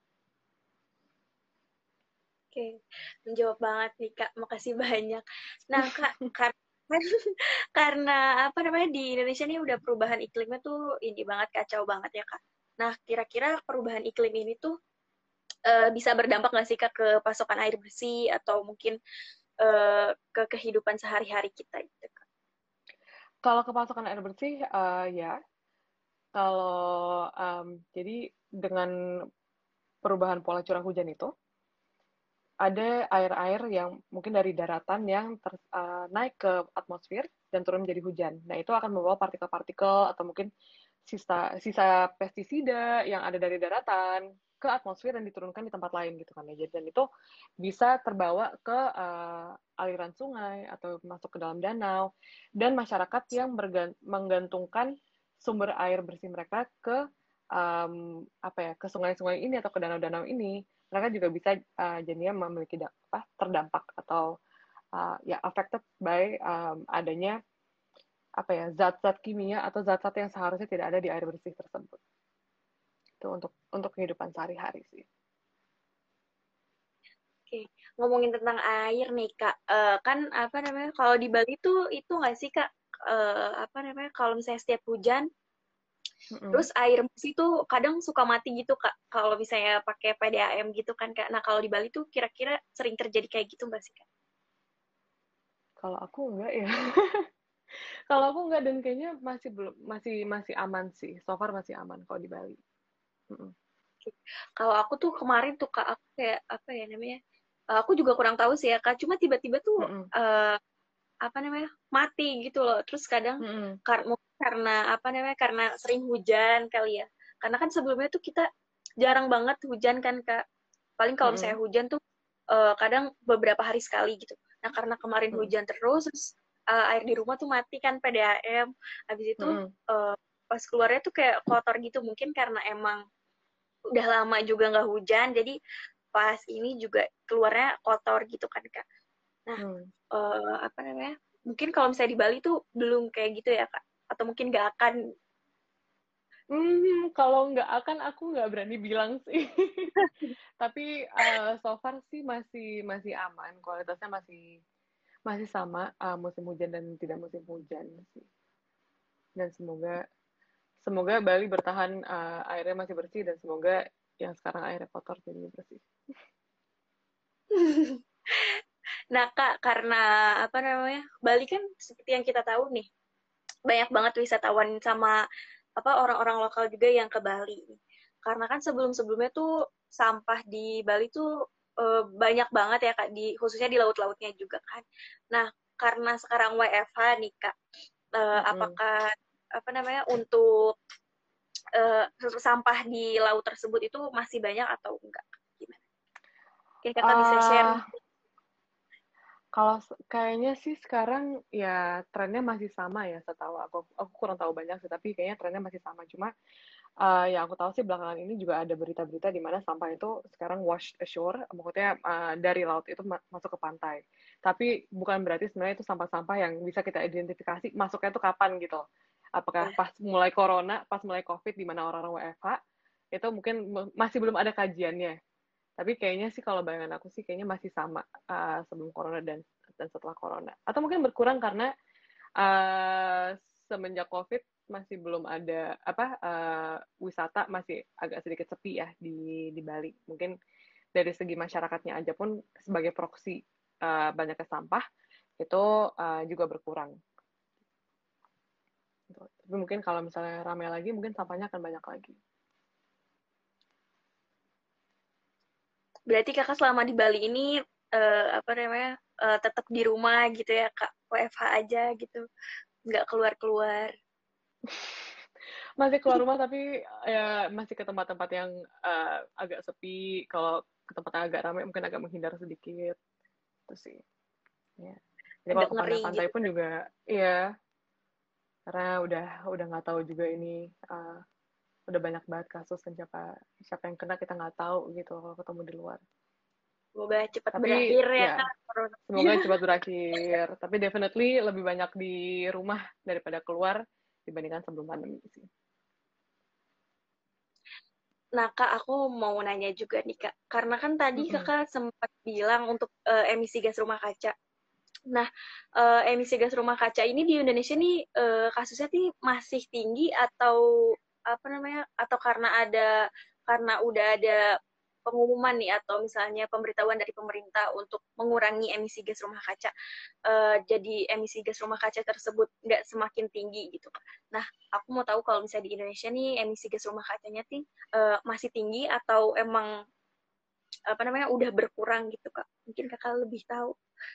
Speaker 1: Oke, menjawab banget nih Kak. Makasih banyak. Nah Kak, karena karena apa namanya di Indonesia nih udah perubahan iklimnya tuh ini banget kacau banget ya Kak. Nah kira-kira perubahan iklim ini tuh eh, bisa berdampak nggak sih Kak ke pasokan air bersih atau mungkin eh, ke kehidupan sehari-hari kita gitu Kak?
Speaker 2: Kalau kepasukan air bersih, uh, ya. Kalau um, jadi dengan perubahan pola curah hujan itu, ada air-air yang mungkin dari daratan yang ter, uh, naik ke atmosfer dan turun menjadi hujan. Nah, itu akan membawa partikel-partikel atau mungkin sisa sisa pestisida yang ada dari daratan ke atmosfer dan diturunkan di tempat lain gitu kan ya. Dan itu bisa terbawa ke uh, aliran sungai atau masuk ke dalam danau dan masyarakat yang menggantungkan sumber air bersih mereka ke um, apa ya ke sungai-sungai ini atau ke danau-danau ini mereka juga bisa uh, jadinya memiliki apa terdampak atau uh, ya affected by um, adanya apa ya zat-zat kimia atau zat-zat yang seharusnya tidak ada di air bersih tersebut. Itu untuk untuk kehidupan sehari-hari sih.
Speaker 1: Oke, ngomongin tentang air nih Kak, Eh, kan apa namanya kalau di Bali tuh itu nggak sih Kak, Eh, apa namanya kalau misalnya setiap hujan, terus
Speaker 2: Mm-mm.
Speaker 1: air bersih tuh kadang suka mati gitu Kak, kalau misalnya pakai P D A M gitu kan Kak. Nah kalau di Bali tuh kira-kira sering terjadi kayak gitu nggak sih Kak?
Speaker 2: Kalau aku enggak ya. Kalau aku enggak dan kayaknya masih belum masih masih aman sih. So far masih aman kalau di Bali. Mm-mm.
Speaker 1: Kalau aku tuh kemarin tuh Kak, aku kayak apa ya namanya, Eh, aku juga kurang tahu sih ya Kak, cuma tiba-tiba tuh
Speaker 2: Mm-mm.
Speaker 1: eh, apa namanya mati gitu loh. Terus kadang
Speaker 2: Mm-mm.
Speaker 1: kar- mungkin karena apa namanya karena sering hujan kali ya. Karena kan sebelumnya tuh kita jarang banget hujan kan Kak. Paling kalau misalnya
Speaker 2: Mm-mm.
Speaker 1: hujan tuh eh, kadang beberapa hari sekali gitu. Nah karena kemarin
Speaker 2: Mm-mm.
Speaker 1: hujan terus, terus eh, air di rumah tuh mati kan P D A M. Habis itu
Speaker 2: Mm-mm.
Speaker 1: eh, pas keluarnya tuh kayak kotor gitu. Mungkin karena emang udah lama juga nggak hujan, jadi pas ini juga keluarnya kotor gitu kan Kak. Nah,
Speaker 2: Mm.
Speaker 1: eh, apa namanya? Mungkin kalau misalnya di Bali tuh belum kayak gitu ya, Kak. Atau mungkin nggak akan.
Speaker 2: Hmm, kalau nggak akan aku nggak berani bilang sih. Tapi uh, so far sih masih masih aman, kualitasnya masih masih sama uh, musim hujan dan tidak musim hujan sih. Dan semoga semoga Bali bertahan uh, airnya masih bersih dan semoga yang sekarang airnya kotor jadi bersih.
Speaker 1: Nah, Kak, karena apa namanya? Bali kan seperti yang kita tahu nih, banyak banget wisatawan sama apa orang-orang lokal juga yang ke Bali. Karena kan sebelum-sebelumnya tuh sampah di Bali tuh eh, banyak banget ya, Kak, di khususnya di laut-lautnya juga kan. Nah, karena sekarang W F H nih, Kak, eh,
Speaker 2: Mm-mm.
Speaker 1: apakah apa namanya untuk eh, sampah di laut tersebut itu masih banyak atau enggak? Gimana? Mungkin kakak bisa share.
Speaker 2: Uh, Kalau kayaknya sih sekarang ya trennya masih sama ya setahu aku. Aku kurang tahu banyak sih, tapi kayaknya trennya masih sama. Cuma uh, yang aku tahu sih belakangan ini juga ada berita-berita di mana sampah itu sekarang wash ashore, maksudnya uh, dari laut itu ma- masuk ke pantai. Tapi bukan berarti sebenarnya itu sampah-sampah yang bisa kita identifikasi masuknya itu kapan gitu. Apakah
Speaker 1: Ya,
Speaker 2: pas mulai corona, pas mulai COVID di mana orang-orang W F H, itu mungkin masih belum ada kajiannya. Tapi kayaknya sih kalau bayangan aku sih kayaknya masih sama uh, sebelum corona dan dan setelah corona. Atau mungkin berkurang karena uh, semenjak COVID masih belum ada apa uh, wisata masih agak sedikit sepi ya di di Bali. Mungkin dari segi masyarakatnya aja pun sebagai proksi uh, banyaknya sampah itu uh, juga berkurang. Gitu. Tapi mungkin kalau misalnya ramai lagi mungkin sampahnya akan banyak lagi.
Speaker 1: Berarti kakak selama di Bali ini uh, apa namanya uh, tetap di rumah gitu ya kak, W F H aja gitu, nggak keluar-keluar.
Speaker 2: Masih keluar rumah tapi ya masih ke tempat-tempat yang uh, agak sepi. Kalau ke tempat yang agak ramai mungkin agak menghindar sedikit. Itu sih. Ya. Jadi kalau
Speaker 1: Agak
Speaker 2: ke
Speaker 1: ngeri
Speaker 2: pantai-pantai
Speaker 1: gitu
Speaker 2: pun
Speaker 1: kan.
Speaker 2: juga, iya, karena udah udah nggak tahu juga ini uh, udah banyak banget kasus dan siapa siapa yang kena kita nggak tahu gitu kalau ketemu di luar.
Speaker 1: Semoga cepat
Speaker 2: Tapi
Speaker 1: berakhir ya
Speaker 2: ya
Speaker 1: kak corona.
Speaker 2: semoga cepat berakhir. Tapi definitely lebih banyak di rumah daripada keluar dibandingkan sebelum pandemi sih.
Speaker 1: Nah kak, aku mau nanya juga nih kak, karena kan tadi
Speaker 2: Mm-mm.
Speaker 1: kakak sempat bilang untuk uh, emisi gas rumah kaca. Nah, uh, emisi gas rumah kaca ini di Indonesia nih uh, kasusnya nih masih tinggi atau apa namanya? Atau karena ada karena udah ada pengumuman nih atau misalnya pemberitahuan dari pemerintah untuk mengurangi emisi gas rumah kaca, uh, jadi emisi gas rumah kaca tersebut nggak semakin tinggi gitu Kak. Nah, aku mau tahu kalau misalnya di Indonesia nih emisi gas rumah kacanya nih uh, masih tinggi atau emang apa namanya udah berkurang gitu Kak. Mungkin Kakak lebih tahu.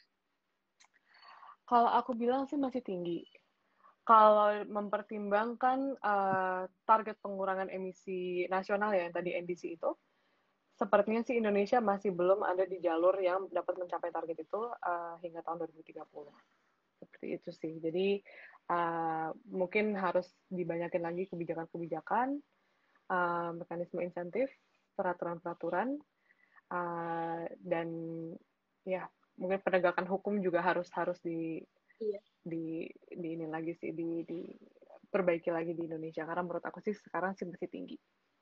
Speaker 2: Kalau aku bilang sih masih tinggi. Kalau mempertimbangkan uh, target pengurangan emisi nasional ya yang tadi N D C itu, sepertinya sih Indonesia masih belum ada di jalur yang dapat mencapai target itu uh, hingga tahun dua ribu tiga puluh. Seperti itu sih. Jadi uh, mungkin harus dibanyakin lagi kebijakan-kebijakan, uh, mekanisme insentif, peraturan-peraturan, uh, dan ya mungkin penegakan hukum juga harus harus di
Speaker 1: Iya.
Speaker 2: di di ini lagi sih di diperbaiki lagi di Indonesia karena menurut aku sih sekarang sih masih tinggi.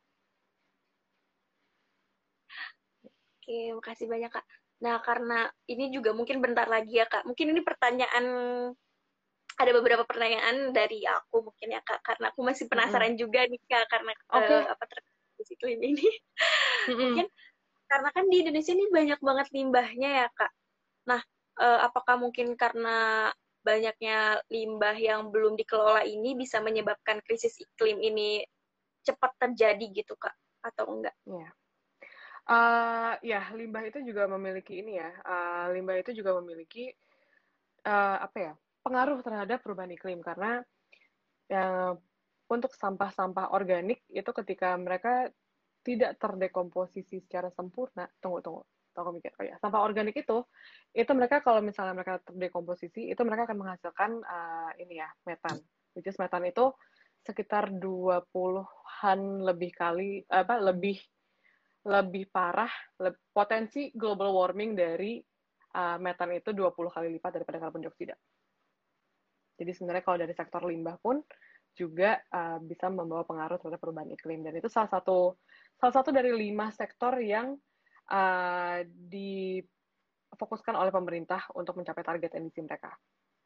Speaker 1: Oke, makasih banyak, Kak. Nah, karena ini juga mungkin bentar lagi ya, Kak. Mungkin ini pertanyaan, ada beberapa pertanyaan dari aku mungkin ya, Kak. Karena aku masih
Speaker 2: Mm-mm.
Speaker 1: penasaran juga nih, Kak, karena
Speaker 2: Oke.
Speaker 1: eh,
Speaker 2: Okay.
Speaker 1: apa terkait iklim ini.
Speaker 2: Mm-mm.
Speaker 1: Mungkin karena kan di Indonesia ini banyak banget limbahnya ya, Kak. Nah, eh, apakah mungkin karena banyaknya limbah yang belum dikelola ini bisa menyebabkan krisis iklim ini cepat terjadi gitu, Kak? Atau enggak?
Speaker 2: Ya. Uh, ya, limbah itu juga memiliki ini ya. Uh, limbah itu juga memiliki uh, apa ya? Pengaruh terhadap perubahan iklim karena uh, untuk sampah-sampah organik itu ketika mereka tidak terdekomposisi secara sempurna. Tunggu, tunggu. Tunggu mikir. Oh ya, sampah organik itu, itu mereka kalau misalnya mereka terdekomposisi, itu mereka akan menghasilkan uh, ini ya, metan. Which is metan itu sekitar dua puluhan lebih kali, apa, lebih lebih parah, le potensi global warming dari uh, metan itu dua puluh kali lipat daripada karbon dioksida. Jadi sebenarnya kalau dari sektor limbah pun juga uh, bisa membawa pengaruh terhadap perubahan iklim. Dan itu salah satu salah satu dari lima sektor yang uh, difokuskan oleh pemerintah untuk mencapai target emisi mereka.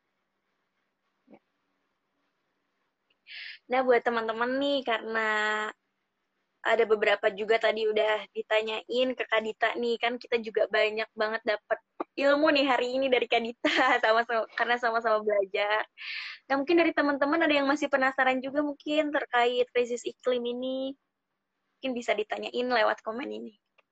Speaker 1: Nah, buat teman-teman nih, karena ada beberapa juga tadi udah ditanyain ke Kak Dita nih, kan kita juga banyak banget dapat ilmu nih hari ini dari Kak Dita sama-sama karena sama-sama belajar. Nah, mungkin dari teman-teman ada yang masih penasaran juga mungkin terkait krisis iklim ini, mungkin bisa ditanyain lewat komen ini.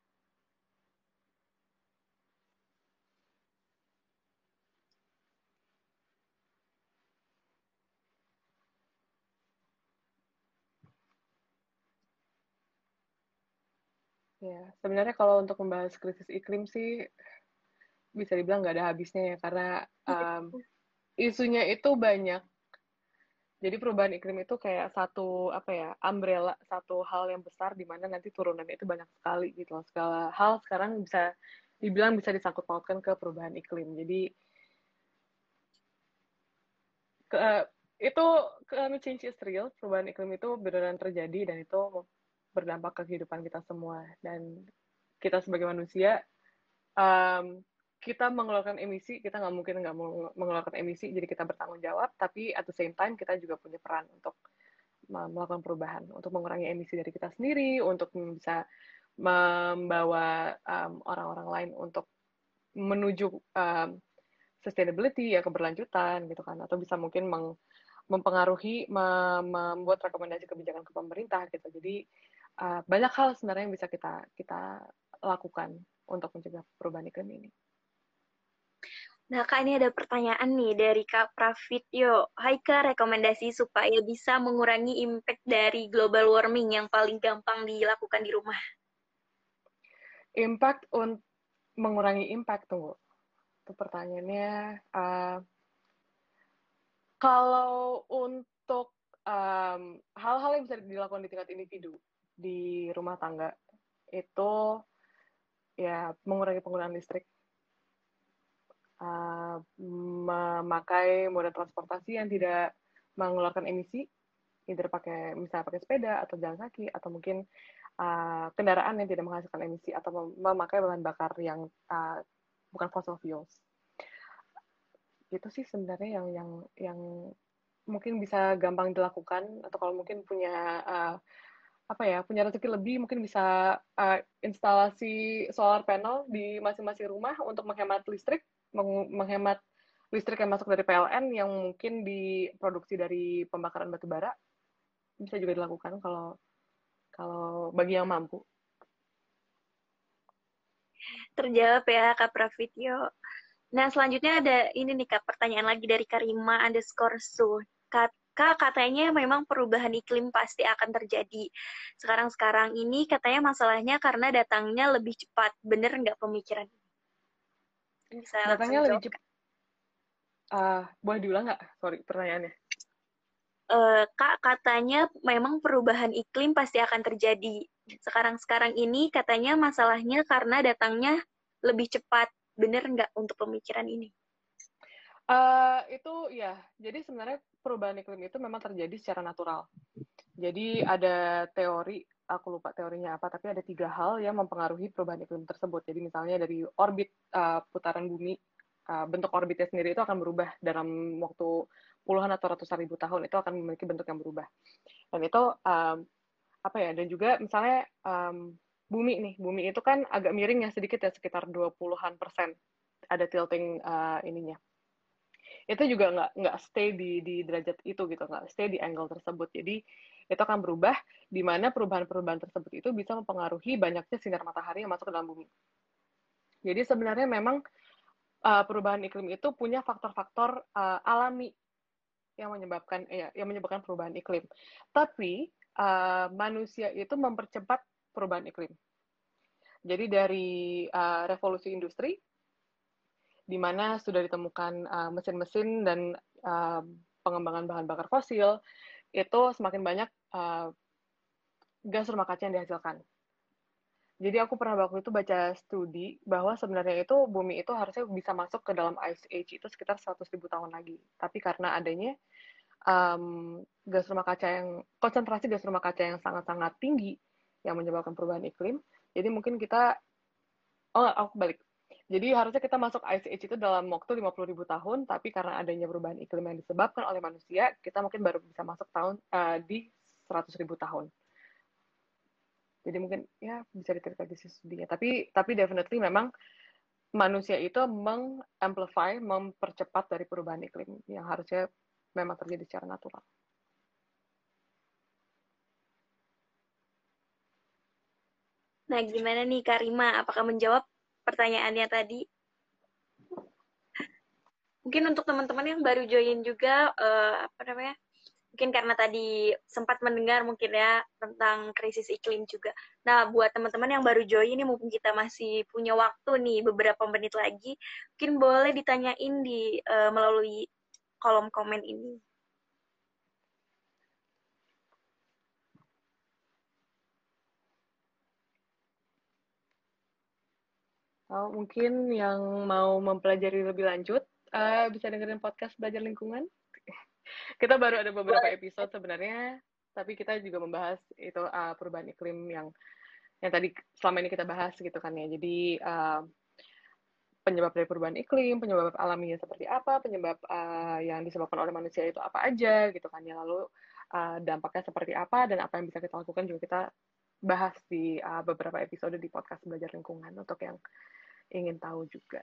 Speaker 2: Ya, sebenarnya kalau untuk membahas krisis iklim sih bisa dibilang nggak ada habisnya ya karena um, isunya itu banyak. Jadi perubahan iklim itu kayak satu apa ya umbrella, satu hal yang besar di mana nanti turunannya itu banyak sekali gitu loh. Segala hal sekarang bisa dibilang bisa disangkut pautkan ke perubahan iklim. Jadi ke, itu climate change is real, perubahan iklim itu beneran terjadi dan itu berdampak ke kehidupan kita semua dan kita sebagai manusia um, kita mengeluarkan emisi, kita nggak mungkin nggak mengeluarkan emisi, jadi kita bertanggung jawab, tapi at the same time kita juga punya peran untuk melakukan perubahan, untuk mengurangi emisi dari kita sendiri, untuk bisa membawa um, orang-orang lain untuk menuju um, sustainability ya keberlanjutan gitu kan, atau bisa mungkin meng, mempengaruhi mem, membuat rekomendasi kebijakan ke pemerintah gitu. Jadi uh, banyak hal sebenarnya yang bisa kita kita lakukan untuk mencegah perubahan iklim ini?
Speaker 1: Nah, Kak, ini ada pertanyaan nih dari Kak Pravityo. Hai Kak, rekomendasi supaya bisa mengurangi impact dari global warming yang paling gampang dilakukan di rumah.
Speaker 2: Impact untuk mengurangi impact, tunggu. Itu pertanyaannya. Uh, kalau untuk um, hal-hal yang bisa dilakukan di tingkat individu, di rumah tangga, itu ya mengurangi penggunaan listrik. Uh, memakai moda transportasi yang tidak mengeluarkan emisi, either pakai misalnya pakai sepeda atau jalan kaki atau mungkin uh, kendaraan yang tidak menghasilkan emisi atau mem memakai bahan bakar yang uh, bukan fossil fuels. Itu sih sebenarnya yang yang yang mungkin bisa gampang dilakukan, atau kalau mungkin punya uh, apa ya punya rezeki lebih mungkin bisa uh, instalasi solar panel di masing-masing rumah untuk menghemat listrik, meng menghemat listrik yang masuk dari P L N yang mungkin diproduksi dari pembakaran batu bara. Bisa juga dilakukan kalau kalau bagi yang mampu.
Speaker 1: Terjawab ya Kak Pravityo. Nah, selanjutnya ada ini nih Kak, pertanyaan lagi dari Karima underscore su. Kak, katanya memang perubahan iklim pasti akan terjadi. Sekarang-sekarang ini katanya masalahnya karena datangnya lebih cepat. Bener nggak pemikiran ini? Bisa langsung
Speaker 2: Datangnya lebih
Speaker 1: jawab,
Speaker 2: cepat.
Speaker 1: Kak.
Speaker 2: Uh, boleh diulang nggak? Sorry, pertanyaannya.
Speaker 1: Uh, Kak, katanya memang perubahan iklim pasti akan terjadi. Sekarang-sekarang ini katanya masalahnya karena datangnya lebih cepat. Bener nggak untuk pemikiran ini?
Speaker 2: Uh, itu ya, jadi sebenarnya perubahan iklim itu memang terjadi secara natural. Jadi ada teori, aku lupa teorinya apa, tapi ada tiga hal yang mempengaruhi perubahan iklim tersebut. Jadi misalnya dari orbit uh, putaran bumi, uh, bentuk orbitnya sendiri itu akan berubah dalam waktu puluhan atau ratusan ribu tahun, itu akan memiliki bentuk yang berubah. Dan itu um, apa ya? Dan juga misalnya um, bumi nih, bumi itu kan agak miring ya sedikit ya, sekitar dua puluhan persen ada tilting uh, ininya. Itu juga nggak nggak stay di di derajat itu gitu, nggak stay di angle tersebut. Jadi itu akan berubah, di mana perubahan-perubahan tersebut itu bisa mempengaruhi banyaknya sinar matahari yang masuk ke dalam bumi. Jadi sebenarnya memang uh, perubahan iklim itu punya faktor-faktor uh, alami yang menyebabkan ya, yang menyebabkan perubahan iklim. Tapi uh, manusia itu mempercepat perubahan iklim. Jadi dari uh, revolusi industri, di mana sudah ditemukan uh, mesin-mesin dan uh, pengembangan bahan bakar fosil, itu semakin banyak uh, gas rumah kaca yang dihasilkan. Jadi aku pernah waktu itu baca studi bahwa sebenarnya itu bumi itu harusnya bisa masuk ke dalam ice age itu sekitar seratus ribu tahun lagi. Tapi karena adanya um, gas rumah kaca yang konsentrasi gas rumah kaca yang sangat-sangat tinggi yang menyebabkan perubahan iklim, jadi mungkin kita oh aku balik. Jadi harusnya kita masuk ice age itu dalam waktu lima puluh ribu tahun, tapi karena adanya perubahan iklim yang disebabkan oleh manusia, kita mungkin baru bisa masuk tahun uh, di seratus ribu tahun. Jadi mungkin ya bisa diterima di studinya. Tapi tapi definitely memang manusia itu mengamplify, mempercepat dari perubahan iklim yang harusnya memang terjadi secara natural.
Speaker 1: Nah, gimana nih Karima? Apakah menjawab pertanyaannya tadi? Mungkin untuk teman-teman yang baru join juga, uh, apa namanya? Mungkin karena tadi sempat mendengar mungkin ya tentang krisis iklim juga. Nah, buat teman-teman yang baru join ini mungkin kita masih punya waktu nih beberapa menit lagi, mungkin boleh ditanyain di uh, melalui kolom komen ini.
Speaker 2: Oh, mungkin yang mau mempelajari lebih lanjut uh, bisa dengerin podcast Belajar Lingkungan. Kita baru ada beberapa episode sebenarnya, tapi kita juga membahas itu uh, perubahan iklim yang yang tadi selama ini kita bahas gitu kan ya. Jadi uh, penyebab dari perubahan iklim, penyebab alaminya seperti apa, penyebab uh, yang disebabkan oleh manusia itu apa aja gitu kan ya. Lalu uh, dampaknya seperti apa dan apa yang bisa kita lakukan juga kita bahas di uh, beberapa episode di podcast Belajar Lingkungan untuk yang ingin tahu juga.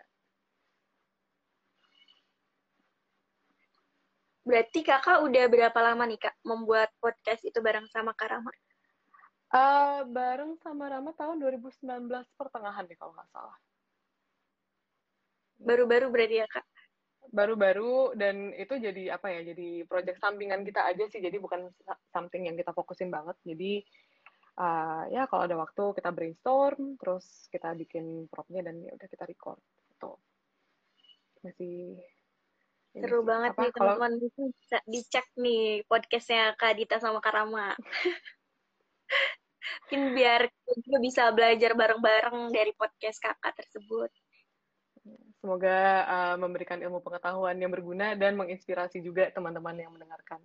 Speaker 1: Berarti kakak udah berapa lama nih kak membuat podcast itu bareng sama Kak Rama?
Speaker 2: Uh, bareng sama Rama tahun dua ribu sembilan belas pertengahan deh kalau nggak salah.
Speaker 1: Baru-baru berarti ya, Kak?
Speaker 2: Baru-baru, dan itu jadi apa ya, jadi project sampingan kita aja sih, jadi bukan something yang kita fokusin banget. Jadi uh, ya kalau ada waktu kita brainstorm, terus kita bikin propnya dan ya udah kita record gitu. Masih ini
Speaker 1: Seru
Speaker 2: sih
Speaker 1: banget
Speaker 2: apa
Speaker 1: nih
Speaker 2: kalau
Speaker 1: teman-teman, bisa dicek nih podcastnya Kak Dita sama Kak Rama. Mungkin biar kita juga bisa belajar bareng-bareng dari podcast kakak tersebut.
Speaker 2: semoga uh, memberikan ilmu pengetahuan yang berguna dan menginspirasi juga teman-teman yang mendengarkan.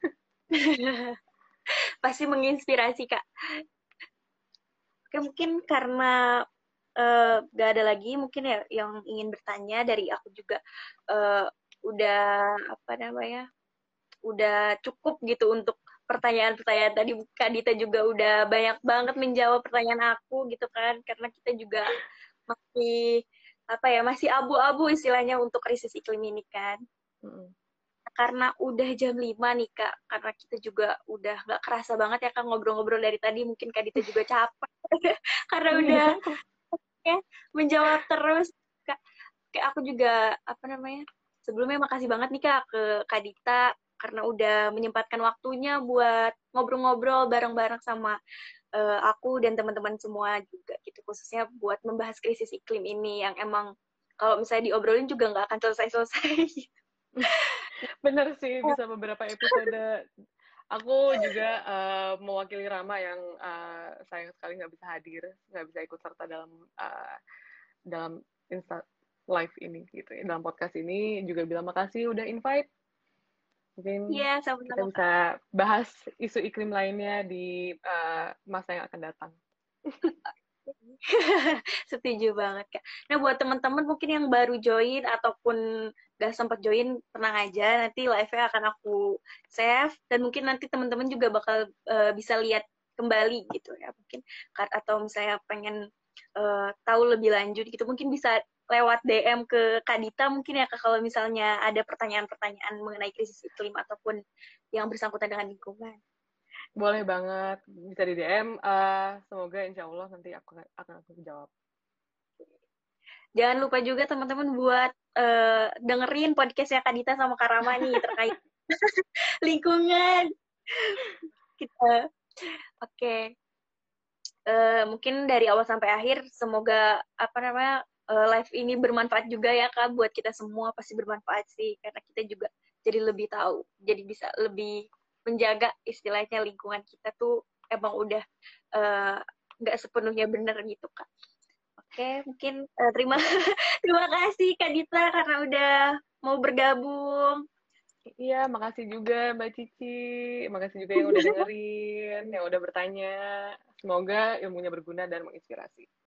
Speaker 1: Pasti menginspirasi, Kak. Oke, mungkin karena uh, gak ada lagi mungkin ya yang ingin bertanya dari aku juga uh, udah apa namanya udah cukup gitu untuk pertanyaan-pertanyaan tadi. Kak Dita juga udah banyak banget menjawab pertanyaan aku gitu kan, karena kita juga masih apa ya masih abu-abu istilahnya untuk krisis iklim ini kan.
Speaker 2: Mm-mm.
Speaker 1: Karena udah jam lima nih Kak, karena kita juga udah nggak kerasa banget ya Kak ngobrol-ngobrol dari tadi, mungkin Kak Dita juga capek karena udah ya menjawab terus. Kak, kayak aku juga apa namanya sebelumnya makasih banget nih Kak ke Kak Dita karena udah menyempatkan waktunya buat ngobrol-ngobrol bareng-bareng sama uh, aku dan teman-teman semua juga gitu, khususnya buat membahas krisis iklim ini yang emang kalau misalnya diobrolin juga nggak akan selesai-selesai.
Speaker 2: Bener sih, bisa beberapa episode. Aku juga uh, mewakili Rama yang uh, sayang sekali nggak bisa hadir, nggak bisa ikut serta dalam uh, dalam Insta live ini gitu ya, dalam podcast ini. Juga bilang makasih udah invite.
Speaker 1: Iya,
Speaker 2: Mungkin kita
Speaker 1: sama-sama Kak.
Speaker 2: bisa bahas isu iklim lainnya di uh, masa yang akan datang.
Speaker 1: Setuju banget Kak. Nah buat teman-teman mungkin yang baru join ataupun gak sempat join, tenang aja, nanti live-nya akan aku save dan mungkin nanti teman-teman juga bakal uh, bisa lihat kembali gitu ya mungkin, atau misalnya pengen uh, tahu lebih lanjut gitu mungkin bisa lewat D M ke Kak Dita mungkin ya Kak, kalau misalnya ada pertanyaan-pertanyaan mengenai krisis iklim ataupun yang bersangkutan dengan lingkungan.
Speaker 2: Boleh banget, bisa di D M. Uh, semoga insya Allah nanti aku akan aku jawab.
Speaker 1: Jangan lupa juga teman-teman buat uh, dengerin podcastnya Kak Dita sama Kak Rama nih terkait lingkungan. Kita oke. Okay. Uh, mungkin dari awal sampai akhir semoga apa namanya uh, live ini bermanfaat juga ya Kak, buat kita semua pasti bermanfaat sih karena kita juga jadi lebih tahu, jadi bisa lebih menjaga istilahnya lingkungan kita tuh emang udah nggak uh, sepenuhnya benar gitu Kak. Oke, mungkin uh, terima terima kasih Kak Dita karena udah mau bergabung.
Speaker 2: Iya, makasih juga Mbak Cici. Makasih juga yang udah dengerin, yang udah bertanya. Semoga ilmunya berguna dan menginspirasi.